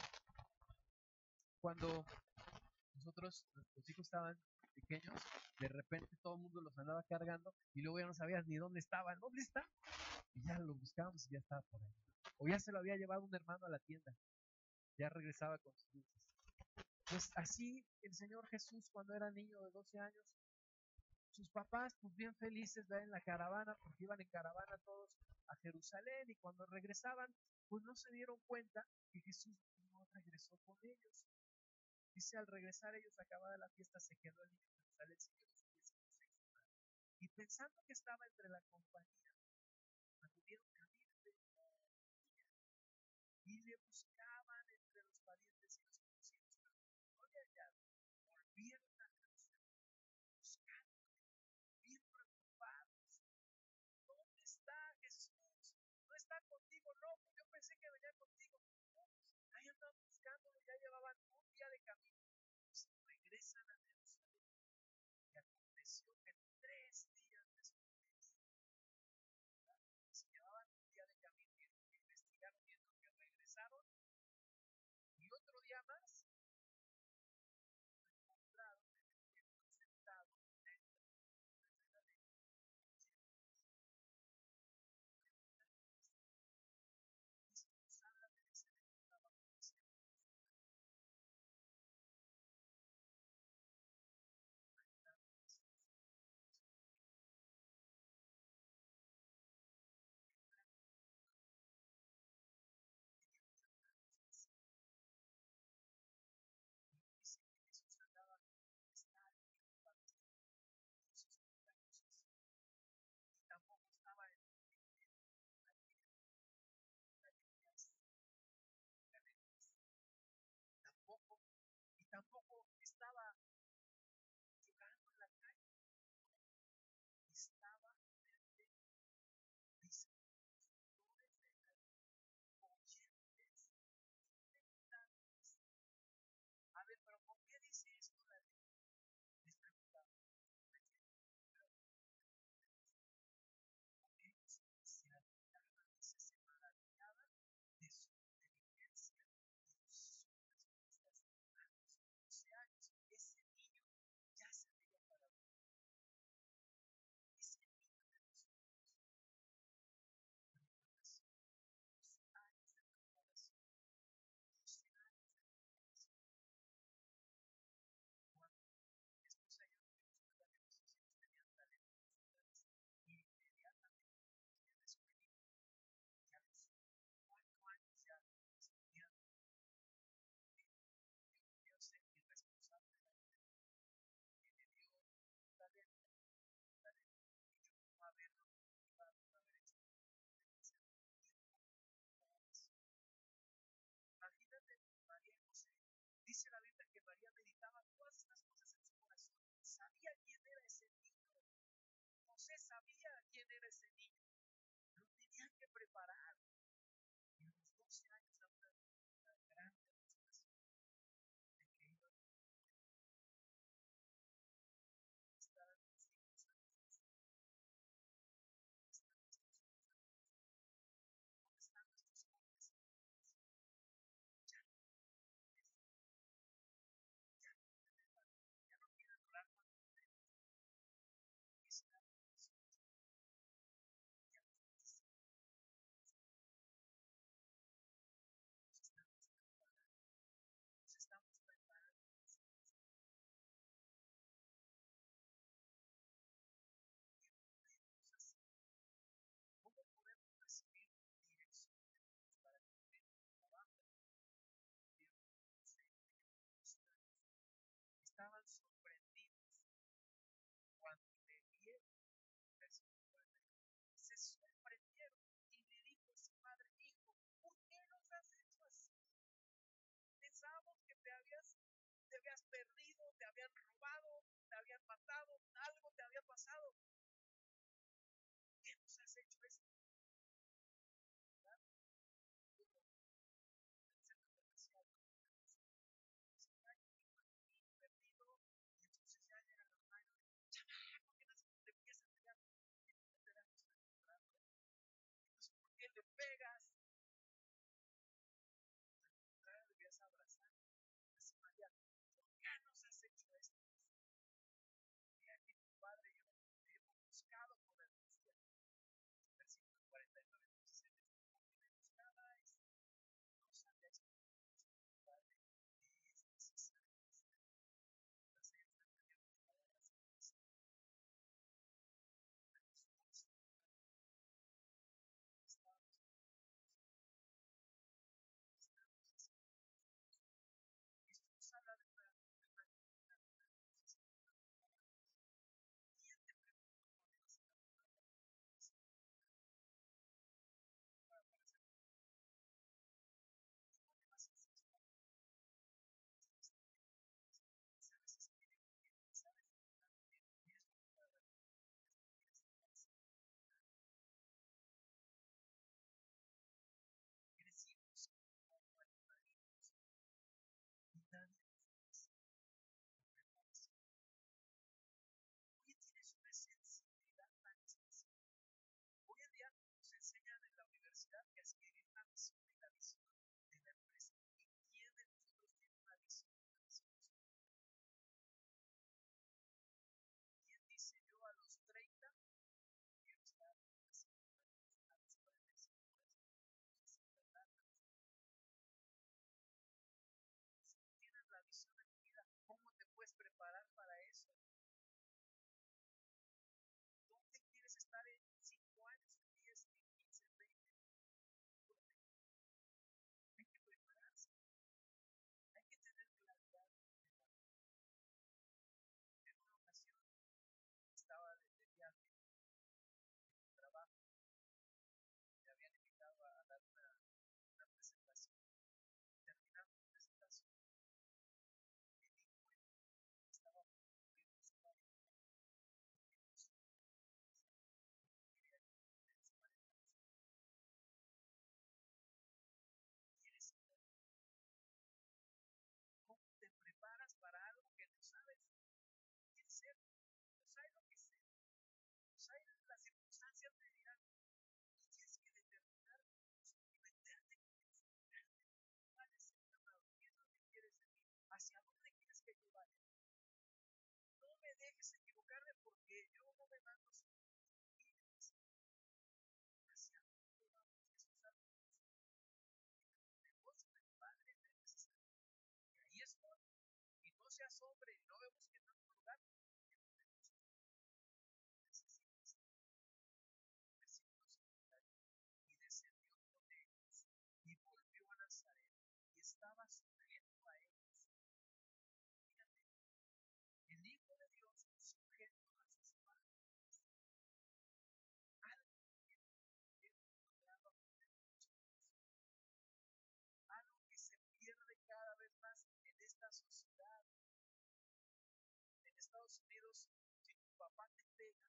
Cuando nuestros hijos estaban pequeños, de repente todo el mundo los andaba cargando y luego ya no sabías ni dónde estaban. ¿Dónde está? Y ya lo buscábamos y ya estaba por ahí. O ya se lo había llevado un hermano a la tienda. Ya regresaba con sus dulces. Pues así el Señor Jesús, cuando era niño de 12 años, sus papás pues bien felices en la caravana, porque iban en caravana todos a Jerusalén, y cuando regresaban pues no se dieron cuenta que Jesús no regresó con ellos. Dice, al regresar ellos acabada la fiesta, se quedó el niño en Jerusalén sin que lo supiese José y su madre. Y pensando que estaba entre la compañía, acudieron caminos de y le buscaban entre los parientes y los conocidos, pero no le hallaron. Volvieron a Jerusalén buscando, bien preocupados. ¿Dónde está Jesús? ¿No está contigo? No, pues yo pensé que venía contigo. No, pues ahí andaban buscándolo, ya llevaban un día de camino. Pues regresan a Jerusalén. Y aconteció que 3 días después, se llevaban un día de camino y investigaron viendo que regresaron. Y otro día más, encontraron en el templo sentado entre los doctores de la ley, y se nos habla de ese de que estaba diciendo dice que Jesús andaba estar y sus montañas y tampoco estaba en tampoco, y tampoco estaba jugando en la calle, estaba en el templo. Dice, doctores de la ley, oyentes y preguntantes. A ver, pero ¿por qué dice esto la ley? Les preguntaba. Porque ellos se admiraban, dice, se maravillaban de su inteligencia y de sus respuestas. A los 12 años, ese niño ya se veía para ese niño de 12 años. Preparación, 2 años de preparación, 12 años de preparación. Cuando mi esposa y yo nos dimos cuenta que nuestros hijos tenían talentos musicales, inmediatamente los pusimos en la escuelita. Y a los 4 años ya estudiando, yo quiero ser irresponsable de la vida, que me dio un talento, y yo no haberlo cultivado, no haber hecho tiempo para eso. Imagínate María y José. Dice la Biblia que María meditaba todas estas cosas en su corazón. Sabía quién era ese niño. José sabía quién era ese niño. Lo tenían que preparar. Y a los 12 años da una gran demostración de que iban a estar a los hijos a nuestros hijos. ¿Dónde están nuestros hijos a nuestros hijos? ¿Dónde están nuestros jóvenes? perdido, te habían robado, te habían matado, algo te había pasado. ¿Qué nos has hecho esto? ¿Verdad? El centro comercial, perdido, y entonces ya llegan los mayores, chamaco, ¿qué naces? Te empiezan a pegar, y tú te das estoy comprando, entonces, ¿por qué le pegas? Al contrario, debías abrazar, así María, ¿por qué nos has hecho esto? Y aquí tu padre y yo te hemos buscado con angustia. Versículo 49, entonces él les dijo, ¿por qué me buscabais? No sabíais que tu padre es necesario. Entonces ellos no entendieron las palabras que dice. Estábamos haciendo. Esto nos habla de una ¿quién te preguntó cuando ibas a caminar? Para hacer ¿dónde vas a hacer esto? ¿Sabes escribir bien? ¿Sabes hablar bien? ¿Tienes una palabra? Crecimos como animalitos y nadie nos dice preparación. Hoy tienes una sensibilidad tan especial. Hoy en día nos enseñan en la universidad que a escribir una visión y la visión de la empresa. ¿Y quién de nosotros tiene una visión y una visión de su empresa? ¿Quién dice yo a los 30 quiero estar así? A los 45 es verdad. Si no tienes la visión de tu vida, ¿cómo te puedes preparar para eso? ¿Dónde quieres estar en 5 años, en 10, en 15, en 20? ¿Dónde? Hay que prepararse. Hay que tener claridad de la vida. En una ocasión estaba de viaje en mi trabajo. Me habían invitado a dar una presentación. Terminando la presentación, me di cuenta que estaba muy usuario porque no sé quería que ustedes 40 años. ¿Quieres saber cómo te preparas para algo que no sabes qué ser? No sabes lo que ser. No sabes las circunstancias me dirán. Y tienes que determinar y meterte con Dios. ¿Cuál es el llamado? ¿Qué es lo que quieres de mí? ¿Hacia dónde quieres que yo vaya? No me dejes equivocarme porque yo no me mando solo. ¿Hacia dónde vamos? Jesús algo el negocio del Padre no es necesario. Y ahí estoy. Y no se asombre y no me busque en otro lugar. Necesitas. Versículo 50. Y descendió con ellos y volvió a Nazaret y estaba sujeto a ellos. Fíjate, el Hijo de Dios sujeto a sus padres. Algo que hemos logrado aprender muchos. Algo que se pierde cada vez más en esta sociedad. En Estados Unidos, si tu papá te pega,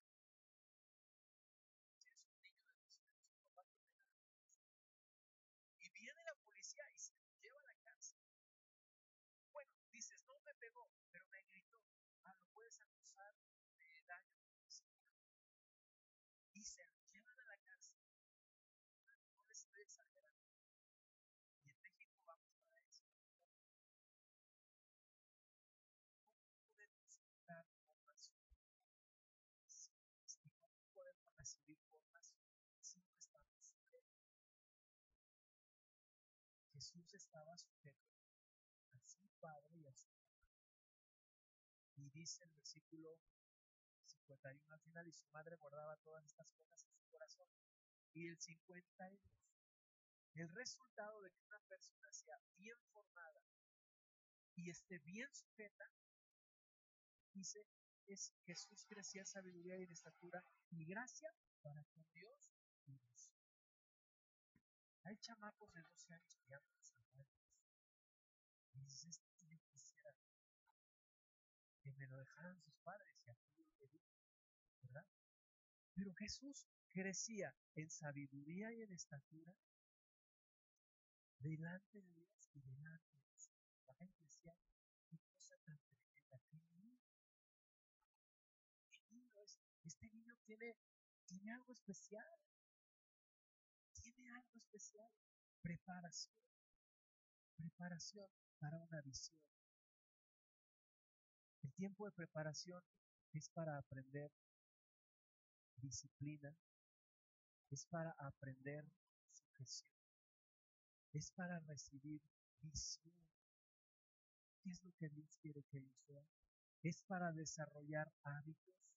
si eres un niño de 12 años, tu papá te pega, y viene la policía y se lo lleva a la cárcel. Bueno, dices, no me pegó, pero me gritó. Lo puedes acusar de daño físico. Y se lo llevan a la cárcel. No les estoy exagerando. Y en México vamos para eso. ¿Cómo podemos dar formación? ¿Y cómo podemos recibir formación si no estamos sujetos? Jesús estaba sujeto a su Padre y a su Madre. Y dice el versículo 51 al final, y su madre guardaba todas estas cosas en su corazón. Y el 52, el resultado de que una persona sea bien formada y esté bien sujeta, dice, es Jesús crecía en sabiduría y en estatura y gracia para con Dios y los. Hay chamacos de 12 años que ya no les hablan. Y dices, yo quisiera dejaran sus padres y aquello le dio, ¿verdad? Pero Jesús crecía en sabiduría y en estatura delante de Dios y delante de Dios. La gente decía, qué cosa tan tremenda, este niño tiene algo especial, tiene algo especial. Preparación para una visión. El tiempo de preparación es para aprender disciplina, es para aprender sujeción, es para recibir visión. ¿Qué es lo que Dios quiere que yo sea? Es para desarrollar hábitos.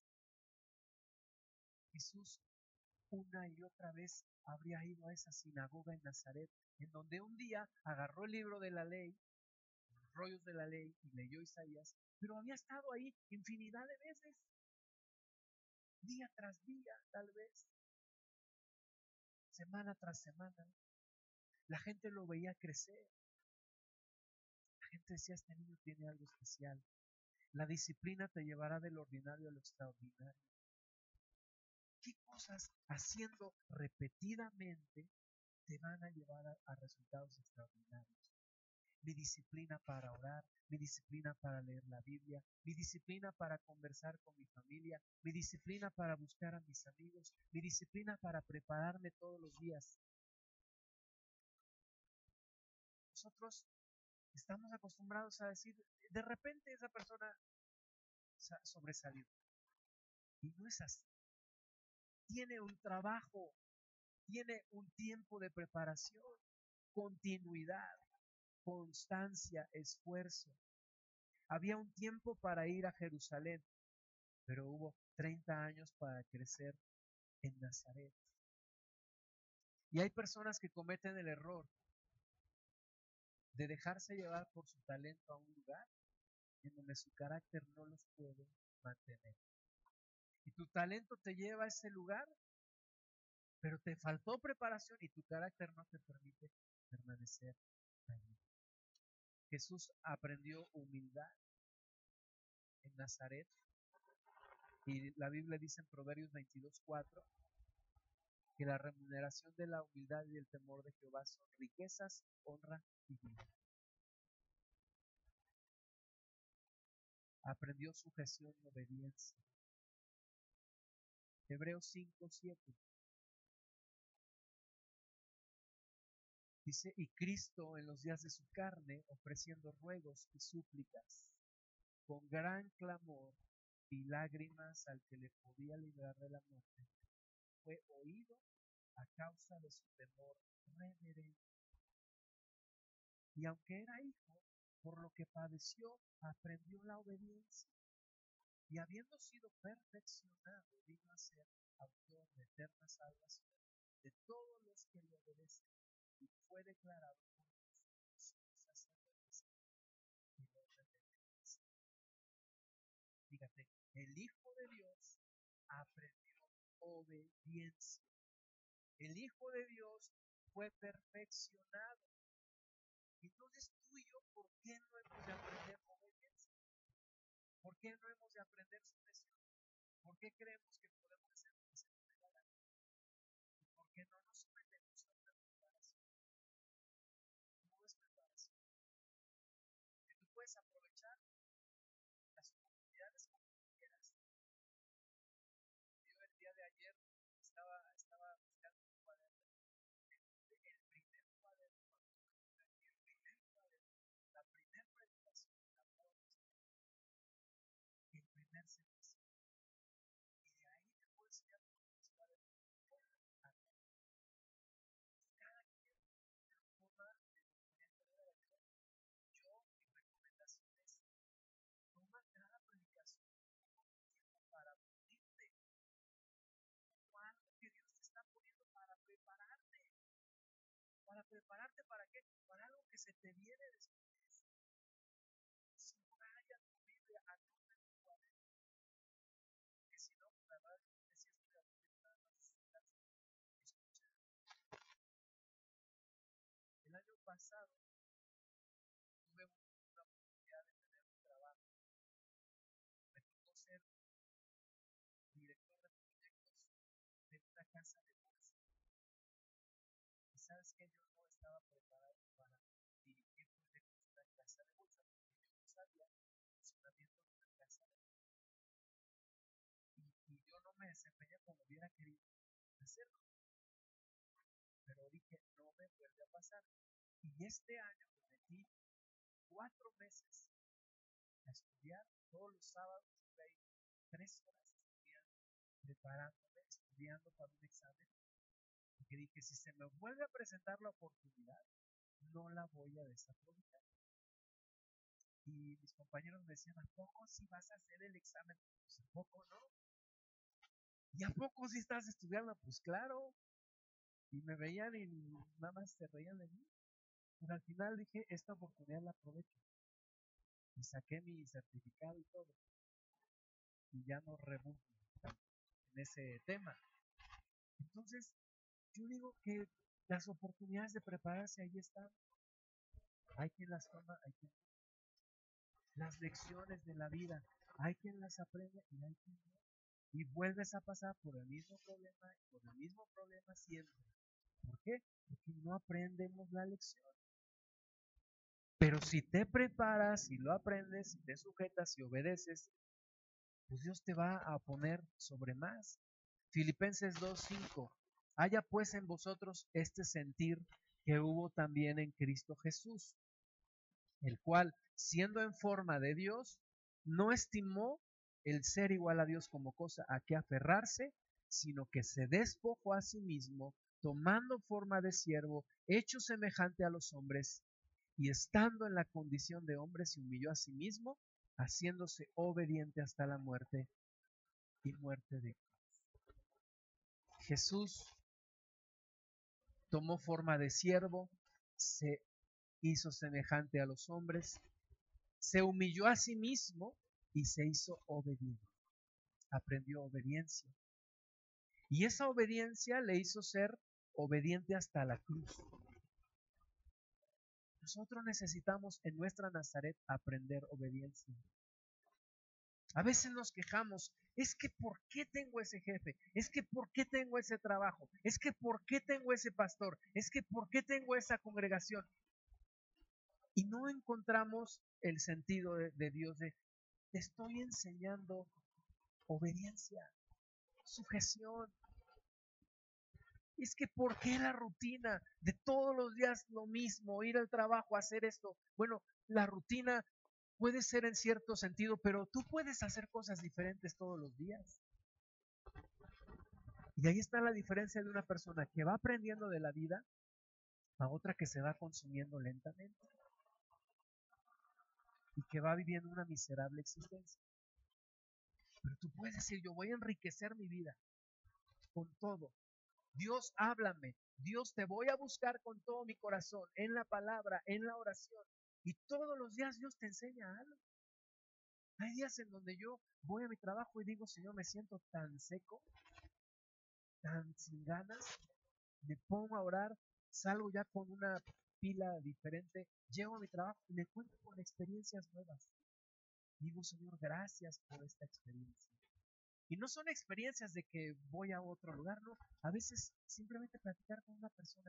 Jesús una y otra vez habría ido a esa sinagoga en Nazaret, en donde un día agarró el libro de la ley, los rollos de la ley, y leyó Isaías, pero había estado ahí infinidad de veces, día tras día, tal vez, semana tras semana. La gente lo veía crecer. La gente decía, este niño tiene algo especial. La disciplina te llevará del ordinario a lo extraordinario. ¿Qué cosas haciendo repetidamente te van a llevar a resultados extraordinarios? Mi disciplina para orar, mi disciplina para leer la Biblia, mi disciplina para conversar con mi familia, mi disciplina para buscar a mis amigos, mi disciplina para prepararme todos los días. Nosotros estamos acostumbrados a decir, de repente esa persona sobresalió. Y no es así. Tiene un trabajo, tiene un tiempo de preparación, continuidad, constancia, esfuerzo. Había un tiempo para ir a Jerusalén, pero hubo 30 años para crecer en Nazaret. Y hay personas que cometen el error de dejarse llevar por su talento a un lugar en donde su carácter no los puede mantener. Y tu talento te lleva a ese lugar, pero te faltó preparación y tu carácter no te permite permanecer allí. Jesús aprendió humildad en Nazaret y la Biblia dice en Proverbios 22:4 que la remuneración de la humildad y el temor de Jehová son riquezas, honra y vida. Aprendió sujeción y obediencia. Hebreos 5:7 dice, y Cristo en los días de su carne, ofreciendo ruegos y súplicas, con gran clamor y lágrimas al que le podía librar de la muerte, fue oído a causa de su temor reverente. Y aunque era hijo, por lo que padeció, aprendió la obediencia. Y habiendo sido perfeccionado, vino a ser autor de eterna salvación de todos los que le obedecen. Y fue declarado por Dios sacerdotes y orden de Dios. Fíjate, el Hijo de Dios aprendió obediencia. El Hijo de Dios fue perfeccionado. Entonces tú y yo, ¿por qué no hemos de aprender obediencia? ¿Por qué no hemos de aprender sujeción? ¿Por qué creemos que podemos hacer lo que se nos dé la gana? ¿Y por qué no nos sometemos a una preparación? No es preparación. Que tú puedes aprovechar las oportunidades como tú quieras. Yo el día de ayer estaba buscando un cuaderno. El primer cuaderno, la primera predicación de la moda, el primer semestre. Y de ahí te puedo enseñar todos los cuadernos. Cada quien tiene una forma de entender la lección. Yo, mi recomendación es, toma cada predicación como tiempo para pulirte, como algo que Dios te está poniendo para prepararte. ¿Para prepararte para qué? Para algo que se te viene después. Subraya tu Biblia, anota en tu cuaderno. Que si no, la verdad, yo decía esto de repente nada más escuchar. El año pasado tuve una oportunidad de tener un trabajo. Me como hubiera querido hacerlo. Pero dije, no me vuelve a pasar. Y este año me metí 4 meses a estudiar. Todos los sábados estuve ahí 3 horas estudiando, preparándome, estudiando para un examen. Porque dije, si se me vuelve a presentar la oportunidad, no la voy a desaprovechar. Y mis compañeros me decían, ¿a poco si vas a hacer el examen? Pues ¿a poco no? ¿Y a poco si estás estudiando? Pues claro. Y me veían y nada más se reían de mí. Pero al final dije, esta oportunidad la aprovecho. Y saqué mi certificado y todo. Y ya no rebuto en ese tema. Entonces, yo digo que las oportunidades de prepararse ahí están. Hay quien las toma, hay quien no. Las lecciones de la vida, hay quien las aprende y hay quien no. Y vuelves a pasar por el mismo problema y por el mismo problema siempre. ¿Por qué? Porque no aprendemos la lección. Pero si te preparas y lo aprendes, si te sujetas y obedeces, pues Dios te va a poner sobre más. Filipenses 2:5. Haya pues en vosotros este sentir que hubo también en Cristo Jesús, el cual, siendo en forma de Dios, no estimó el ser igual a Dios como cosa a que aferrarse, sino que se despojó a sí mismo, tomando forma de siervo, hecho semejante a los hombres, y estando en la condición de hombre, se humilló a sí mismo, haciéndose obediente hasta la muerte y muerte de cruz. Jesús tomó forma de siervo, se hizo semejante a los hombres, se humilló a sí mismo y se hizo obediente. Aprendió obediencia. Y esa obediencia le hizo ser obediente hasta la cruz. Nosotros necesitamos en nuestra Nazaret aprender obediencia. A veces nos quejamos, es que ¿por qué tengo ese jefe? Es que ¿por qué tengo ese trabajo? Es que ¿por qué tengo ese pastor? Es que ¿por qué tengo esa congregación? Y no encontramos el sentido de Dios de, te estoy enseñando obediencia, sujeción. Es que ¿por qué la rutina de todos los días lo mismo, ir al trabajo, hacer esto? Bueno, la rutina puede ser en cierto sentido, pero tú puedes hacer cosas diferentes todos los días. Y ahí está la diferencia de una persona que va aprendiendo de la vida a otra que se va consumiendo lentamente y que va viviendo una miserable existencia. Pero tú puedes decir, yo voy a enriquecer mi vida con todo. Dios, háblame. Dios, te voy a buscar con todo mi corazón, en la palabra, en la oración. Y todos los días Dios te enseña algo. Hay días en donde yo voy a mi trabajo y digo, Señor, me siento tan seco, tan sin ganas, me pongo a orar, salgo ya con una pila diferente, llego a mi trabajo y me encuentro con experiencias nuevas. Digo, Señor, gracias por esta experiencia. Y no son experiencias de que voy a otro lugar, no. A veces simplemente platicar con una persona.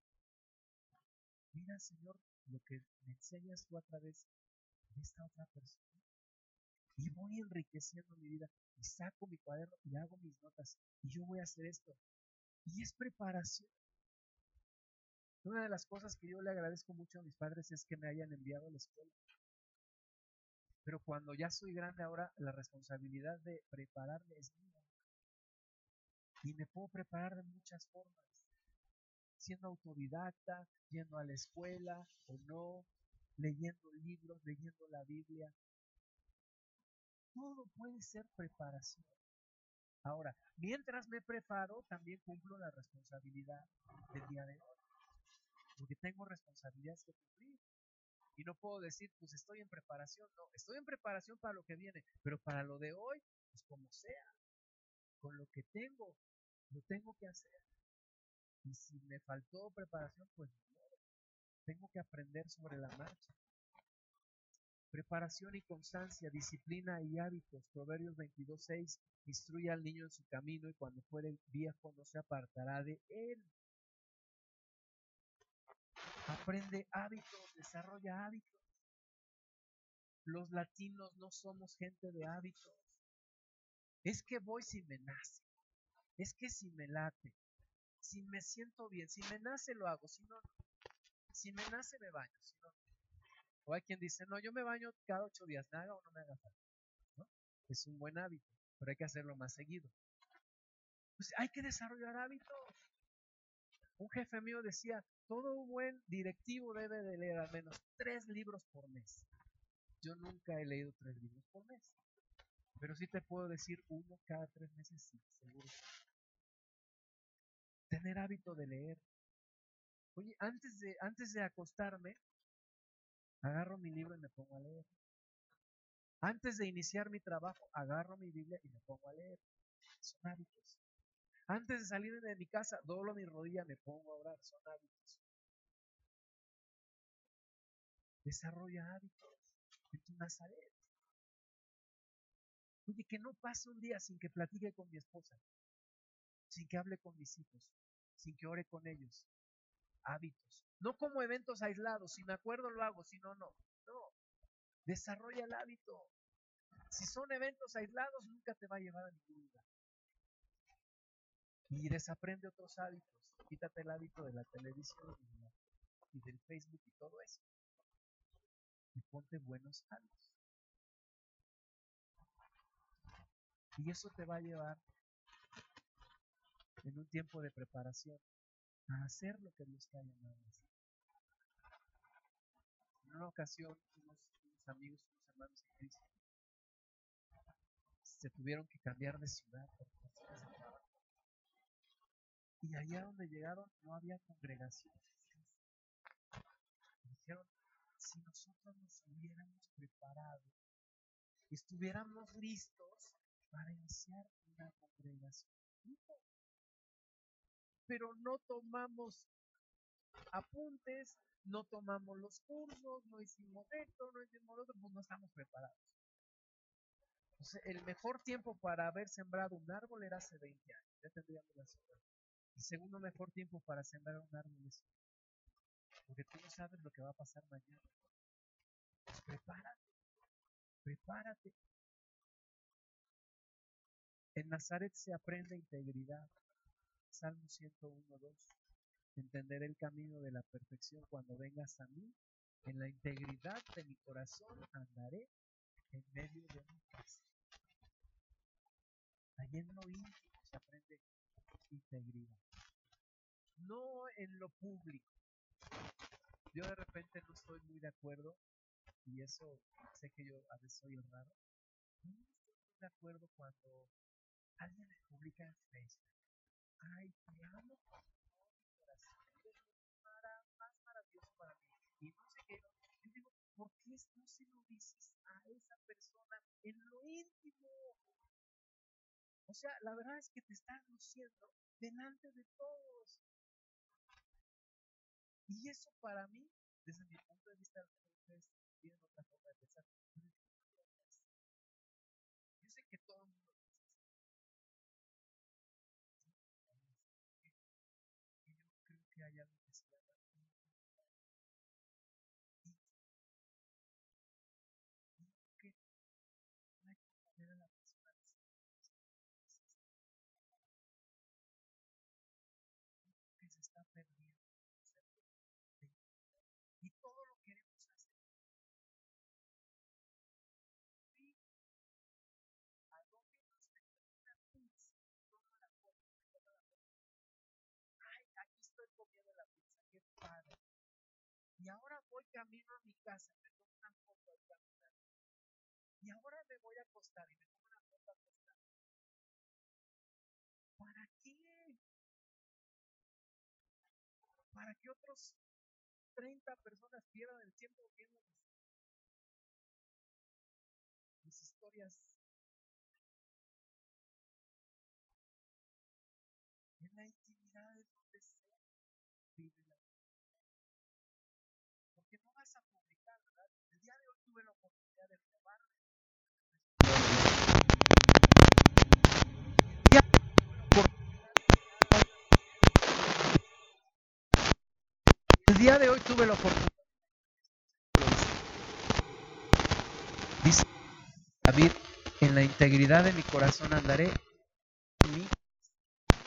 Mira, Señor, lo que me enseñas tú a través de esta otra persona. Y voy enriqueciendo mi vida y saco mi cuaderno y hago mis notas. Y yo voy a hacer esto. Y es preparación. Una de las cosas que yo le agradezco mucho a mis padres es que me hayan enviado a la escuela. Pero cuando ya soy grande ahora, la responsabilidad de prepararme es mía. Y me puedo preparar de muchas formas. Siendo autodidacta, yendo a la escuela o no, leyendo libros, leyendo la Biblia. Todo puede ser preparación. Ahora, mientras me preparo, también cumplo la responsabilidad del día de hoy. Porque tengo responsabilidades que cumplir. Y no puedo decir, pues estoy en preparación. No, estoy en preparación para lo que viene. Pero para lo de hoy, pues como sea, con lo que tengo, lo tengo que hacer. Y si me faltó preparación, pues no, tengo que aprender sobre la marcha. Preparación y constancia, disciplina y hábitos. Proverbios 22:6. Instruye al niño en su camino y cuando fuere viejo no se apartará de él. Aprende hábitos, desarrolla hábitos. Los latinos no somos gente de hábitos. Es que voy si me nace. Es que si me late, si me siento bien, si me nace lo hago, si no, no. Si me nace me baño, si no, no. O hay quien dice, no, yo me baño cada 8 días, me haga o no me haga falta, ¿no? Es un buen hábito, pero hay que hacerlo más seguido. Pues hay que desarrollar hábitos. Un jefe mío decía, todo buen directivo debe de leer al menos 3 libros por mes. Yo nunca he leído 3 libros por mes, pero sí te puedo decir uno cada 3 meses, sí, seguro. Tener hábito de leer. Oye, antes de acostarme, agarro mi libro y me pongo a leer. Antes de iniciar mi trabajo, agarro mi Biblia y me pongo a leer. Son hábitos. Antes de salir de mi casa, doblo mi rodilla, me pongo a orar. Son hábitos. Desarrolla hábitos en tu Nazaret. Oye, que no pase un día sin que platique con mi esposa, sin que hable con mis hijos, sin que ore con ellos. Hábitos. No como eventos aislados. Si me acuerdo lo hago, si no, no. No. Desarrolla el hábito. Si son eventos aislados, nunca te va a llevar a ningún lugar. Y desaprende otros hábitos. Quítate el hábito de la televisión y del Facebook y todo eso. Y ponte buenos hábitos. Y eso te va a llevar en un tiempo de preparación a hacer lo que Dios te ha llamado a hacer. En una ocasión, unos amigos, unos hermanos en Cristo, se tuvieron que cambiar de ciudad por cuestiones de trabajo. Y allá donde llegaron no había congregación. Dijeron, si nosotros nos hubiéramos preparado, estuviéramos listos para iniciar una congregación. Pero no tomamos apuntes, no tomamos los cursos, no hicimos esto, no hicimos lo otro, pues no estamos preparados. Entonces, el mejor tiempo para haber sembrado un árbol era hace 20 años, ya tendríamos la sembrada. El segundo mejor tiempo para sembrar un árbol es hoy, porque tú no sabes lo que va a pasar mañana. Pues prepárate. En Nazaret se aprende integridad. Salmo 101:2. Entenderé el camino de la perfección cuando vengas a mí. En la integridad de mi corazón andaré en medio de mi casa. Allí en lo íntimo se aprende integridad. No en lo público. Yo de repente no estoy muy de acuerdo, y eso sé que yo a veces soy el raro. No estoy muy de acuerdo cuando alguien me publica en Facebook. Ay, te amo con todo mi corazón. Eres lo más maravilloso para mí. Y no sé qué. Yo digo, ¿por qué no se lo dices a esa persona en lo íntimo? O sea, la verdad es que te estás luciendo delante de todos. Y eso para mí, desde mi punto de vista, ustedes tienen otra forma de pensar. Yo sé que todo el mundo y yo creo que hay algo que se llama que no hay que poner a la persona que se está perdiendo. Y todo lo queremos hacer. Y a dónde nos metemos una pizza, toma la foto, toma la foto. Ay, aquí estoy comiendo la pizza, qué padre. Y ahora voy camino a mi casa, me tomo una foto al caminar. Y ahora me voy a acostar y me tomo una foto al acostar. ¿Para qué? Para que otros 30 personas pierdan el tiempo viendo mis historias. En la intimidad es donde se vive la vida. Porque no vas a publicar, ¿verdad? El día de hoy tuve la oportunidad de renovarme. El día de hoy tuve la oportunidad. Dice David, en la integridad de mi corazón andaré.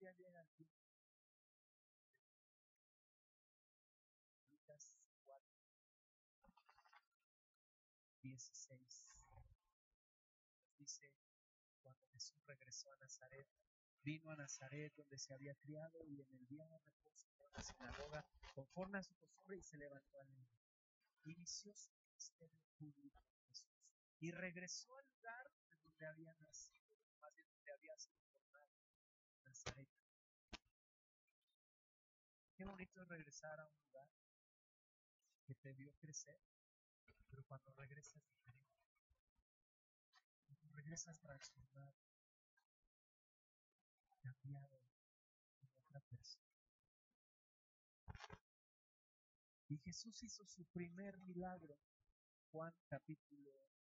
ya llega el tiempo. Lucas 4:16 dice, cuando Jesús regresó a Nazaret, vino a Nazaret donde se había criado y en el día de reposo fue a la sinagoga conforme a su costumbre y se levantó a leer. Inició su ministerio público Jesús y regresó al lugar de donde había nacido, más bien donde había sido formado, Nazaret. Qué bonito es regresar a un lugar que te vio crecer, pero cuando regresas diferente, cuando regresas transformado, cambiado en otra persona. Y Jesús hizo su primer milagro, Juan capítulo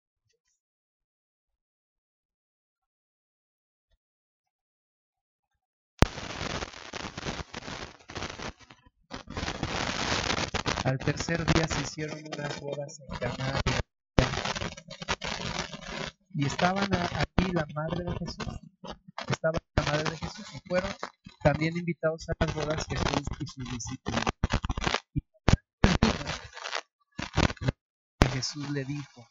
2. Al tercer día se hicieron unas bodas en Caná de Galilea. Y estaban aquí la madre de Jesús, y fueron también invitados a las bodas Jesús y sus discípulos. Y Jesús le dijo,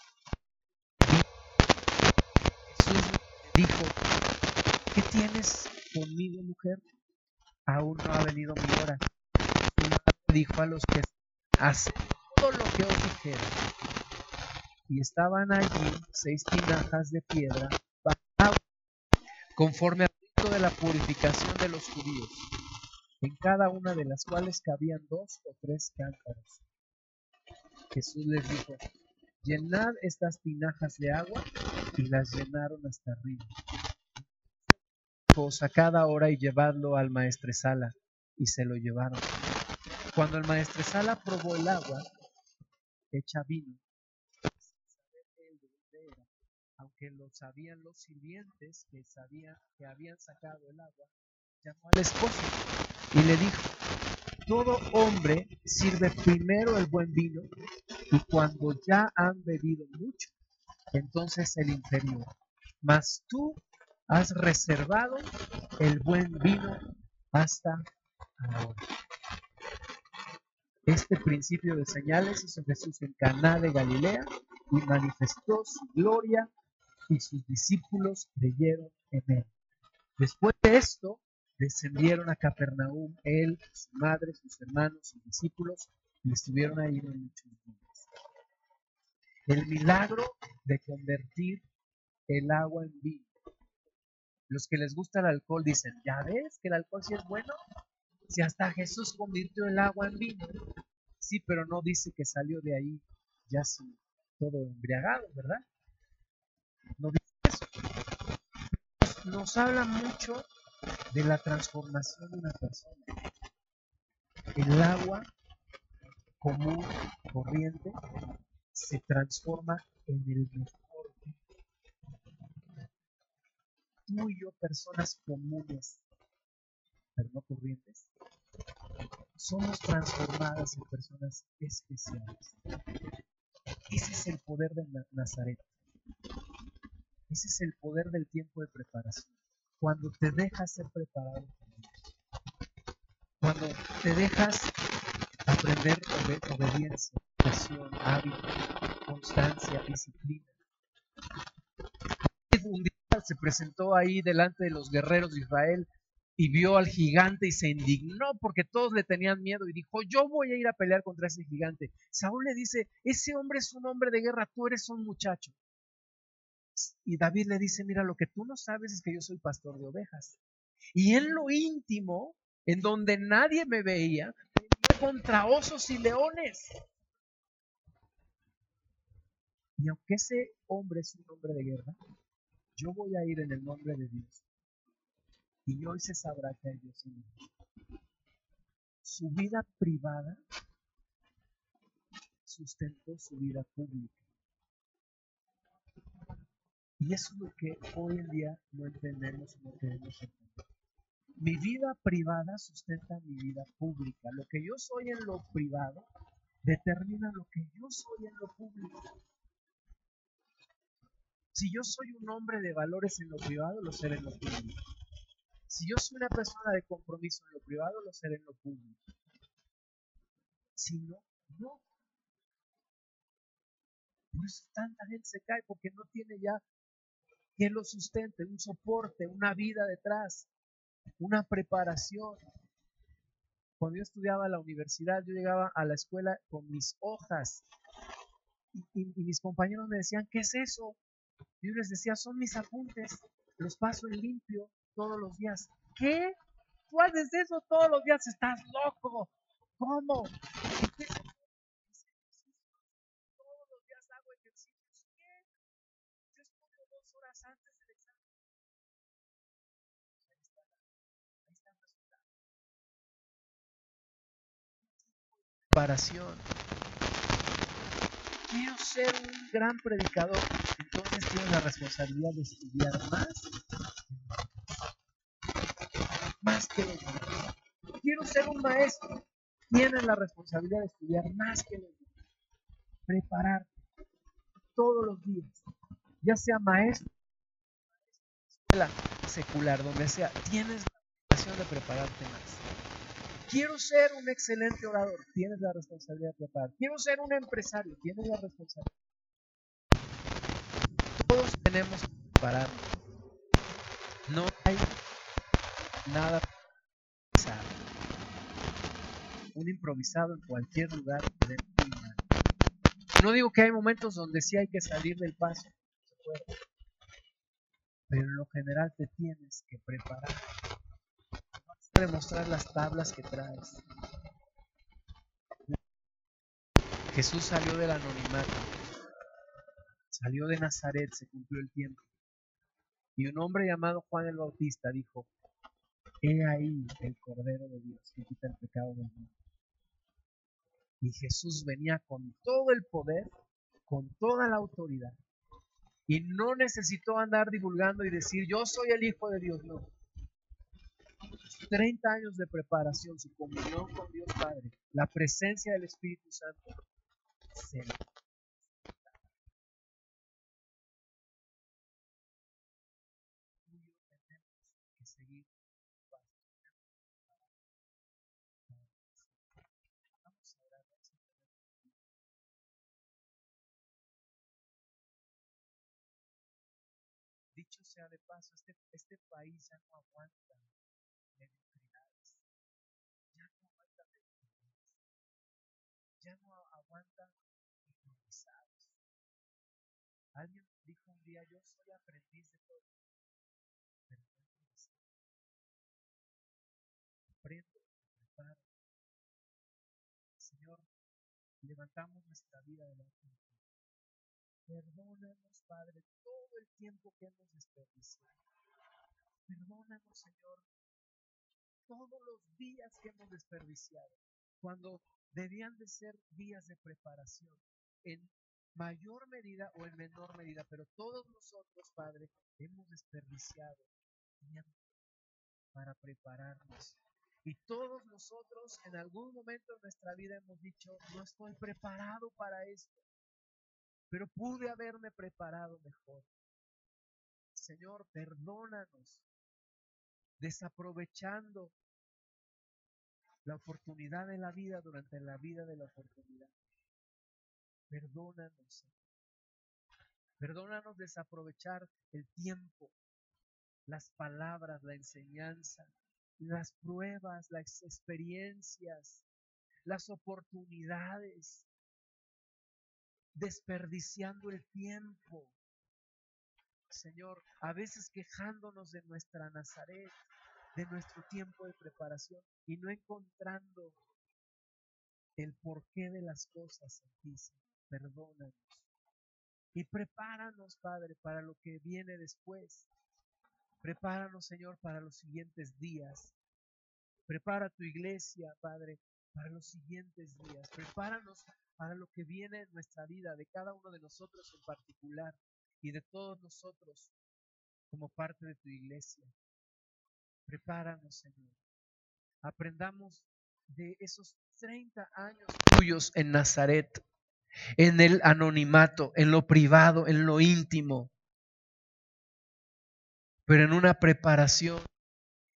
¿qué tienes conmigo, mujer? Aún no ha venido mi hora. Su madre dijo a los que haced todo lo que os dijera. Y estaban allí 6 tinajas de piedra para agua, conforme al rito de la purificación de los judíos, en cada una de las cuales cabían 2 o 3 cántaros. Jesús les dijo, llenad estas tinajas de agua, y las llenaron hasta arriba. A cada hora y llevadlo al maestresala, y se lo llevaron. Cuando el maestresala probó el agua hecha vino, sin saber él de dónde era, aunque lo sabían los sirvientes que habían sacado el agua, llamó al esposo y le dijo, todo hombre sirve primero el buen vino, y cuando ya han bebido mucho, entonces el inferior. Mas tú has reservado el buen vino hasta ahora. Este principio de señales hizo Jesús en Caná de Galilea y manifestó su gloria, y sus discípulos creyeron en él. Después de esto, descendieron a Capernaum, él, su madre, sus hermanos, sus discípulos, y estuvieron ahí muchos días. El milagro de convertir el agua en vino. Los que les gusta el alcohol dicen, ¿ya ves que el alcohol sí es bueno? Si hasta Jesús convirtió el agua en vino. Sí, pero no dice que salió de ahí ya sin todo embriagado, ¿verdad? No dice eso. Nos habla mucho de la transformación de una persona. El agua común, corriente, se transforma en el mejor. Tú y yo, personas comunes, pero no corrientes, somos transformadas en personas especiales. Ese es el poder de Nazaret. Ese es el poder del tiempo de preparación. Cuando te dejas ser preparado por Dios. Cuando te dejas aprender obediencia, pasión, hábito, constancia, disciplina. Un día se presentó ahí delante de los guerreros de Israel y vio al gigante y se indignó porque todos le tenían miedo y dijo, yo voy a ir a pelear contra ese gigante. Saúl le dice, ese hombre es un hombre de guerra, tú eres un muchacho. Y David le dice, mira, lo que tú no sabes es que yo soy pastor de ovejas. Y en lo íntimo, en donde nadie me veía, peleé contra osos y leones. Y aunque ese hombre es un hombre de guerra, yo voy a ir en el nombre de Dios. Y hoy se sabrá que hay Dios en él. Su vida privada sustentó su vida pública. Y eso es lo que hoy en día no entendemos y no queremos entender. Mi vida privada sustenta mi vida pública. Lo que yo soy en lo privado determina lo que yo soy en lo público. Si yo soy un hombre de valores en lo privado, lo seré en lo público. Si yo soy una persona de compromiso en lo privado, lo seré en lo público. Si no, no. Por eso tanta gente se cae, porque no tiene ya quien lo sustente, un soporte, una vida detrás, una preparación. Cuando yo estudiaba en la universidad, yo llegaba a la escuela con mis hojas y mis compañeros me decían, ¿qué es eso? Y yo les decía, son mis apuntes, los paso en limpio todos los días. ¿Qué? ¿Tú haces eso todos los días? Estás loco. ¿Cómo? Todos los días hago ejercicios. ¿Qué? Yo estudio 2 horas antes del examen. Ahí está el resultado. Preparación. Quiero ser un gran predicador. Entonces tienes la responsabilidad de estudiar más que los demás. Quiero ser un maestro. Tienes la responsabilidad de estudiar más que los demás. Prepararte todos los días, ya sea maestro, escuela secular, donde sea, tienes la obligación de prepararte más. Quiero ser un excelente orador, tienes la responsabilidad de preparar. Quiero ser un empresario, tienes la responsabilidad. Todos tenemos que prepararnos. No hay nada improvisado. Un improvisado en cualquier lugar puede ir mal. No digo que hay momentos donde sí hay que salir del paso, se puede, pero en lo general te tienes que preparar. Vas a demostrar las tablas que traes. Jesús salió del anonimato, salió de Nazaret, se cumplió el tiempo. Y un hombre llamado Juan el Bautista dijo, he ahí el Cordero de Dios que quita el pecado del mundo. Y Jesús venía con todo el poder, con toda la autoridad. Y no necesitó andar divulgando y decir, yo soy el Hijo de Dios, no. 30 años de preparación, su comunión con Dios Padre, la presencia del Espíritu Santo, se le que seguir. Vamos a orar. Dicho sea de paso, este país ya no aguanta mediocridades, ya no aguanta mediocridades, ya no aguanta improvisados. Alguien dijo un día, yo soy aprendiz de todo, pero no improvisado. Aprendo, preparo. Señor, levantamos nuestra vida delante de ti. Perdónanos, Padre, todo el tiempo que hemos desperdiciado. Perdónanos, Señor, todos los días que hemos desperdiciado, cuando debían de ser días de preparación, en mayor medida o en menor medida, pero todos nosotros, Padre, hemos desperdiciado tiempo para prepararnos. Y todos nosotros en algún momento de nuestra vida hemos dicho, no estoy preparado para esto, pero pude haberme preparado mejor. Señor, perdónanos, desaprovechando la oportunidad de la vida durante la vida de la oportunidad. Perdónanos. Perdónanos desaprovechar el tiempo, las palabras, la enseñanza, las pruebas, las experiencias, las oportunidades, desperdiciando el tiempo. Señor, a veces quejándonos de nuestra Nazaret, de nuestro tiempo de preparación y no encontrando el porqué de las cosas en ti. Perdónanos. Y prepáranos, Padre, para lo que viene después. Prepáranos, Señor, para los siguientes días. Prepara tu iglesia, Padre, para los siguientes días. Prepáranos para lo que viene en nuestra vida, de cada uno de nosotros en particular y de todos nosotros como parte de tu iglesia. Prepáranos, Señor. Aprendamos de esos 30 años tuyos en Nazaret, en el anonimato, en lo privado, en lo íntimo, pero en una preparación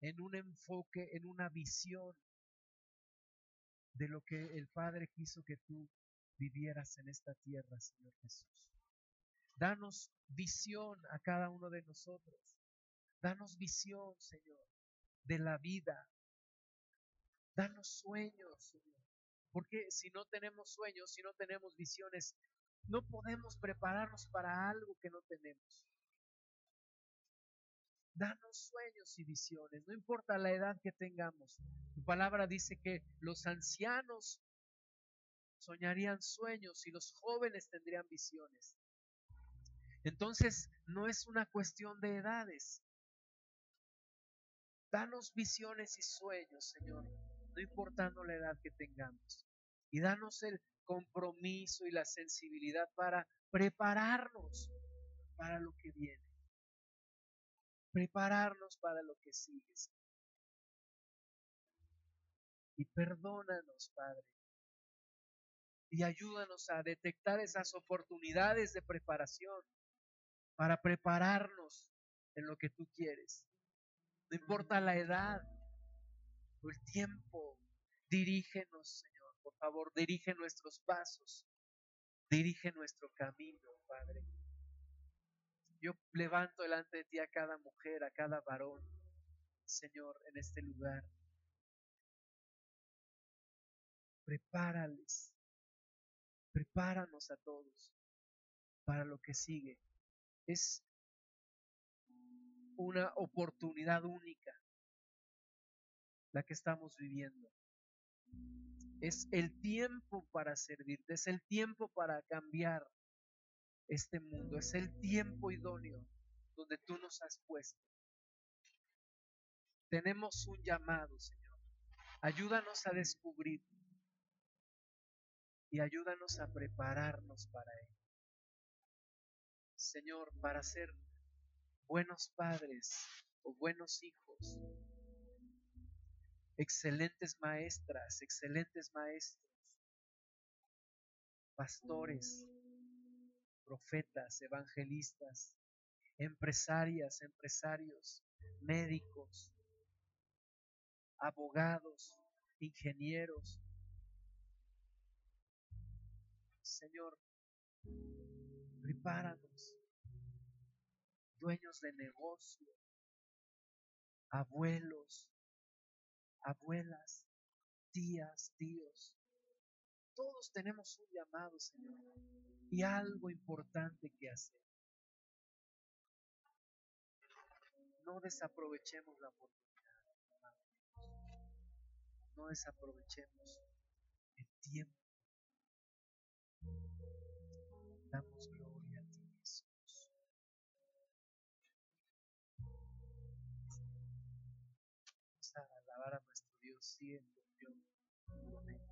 en un enfoque, en una visión de lo que el Padre quiso que tú vivieras en esta tierra, Señor Jesús. Danos visión a cada uno de nosotros. Danos visión, Señor, de la vida. Danos sueños, Señor. Porque si no tenemos sueños, si no tenemos visiones, no podemos prepararnos para algo que no tenemos. Danos sueños y visiones, no importa la edad que tengamos. Tu palabra dice que los ancianos soñarían sueños y los jóvenes tendrían visiones. Entonces, no es una cuestión de edades. Danos visiones y sueños, Señor, no importando la edad que tengamos. Y danos el compromiso y la sensibilidad para prepararnos para lo que viene. Prepararnos para lo que sigue. Y perdónanos, Padre. Y ayúdanos a detectar esas oportunidades de preparación para prepararnos en lo que tú quieres. No importa la edad o el tiempo, dirígenos, Señor, por favor, dirige nuestros pasos, dirige nuestro camino, Padre. Yo levanto delante de ti a cada mujer, a cada varón, Señor, en este lugar. Prepárales, prepáranos a todos para lo que sigue. Es una oportunidad única la que estamos viviendo. Es el tiempo para servirte, es el tiempo para cambiar este mundo, es el tiempo idóneo donde tú nos has puesto. Tenemos un llamado, Señor. Ayúdanos a descubrir y ayúdanos a prepararnos para él. Señor, para ser buenos padres o buenos hijos, excelentes maestras, excelentes maestros, pastores, profetas, evangelistas, empresarias, empresarios, médicos, abogados, ingenieros. Señor, prepáranos, dueños de negocio, abuelos, abuelas, tías, tíos. Todos tenemos un llamado, Señor, y algo importante que hacer. No desaprovechemos la oportunidad, no desaprovechemos el tiempo. Damos gloria a ti, Jesús. Vamos a alabar a nuestro Dios, sigue en comunión con Él.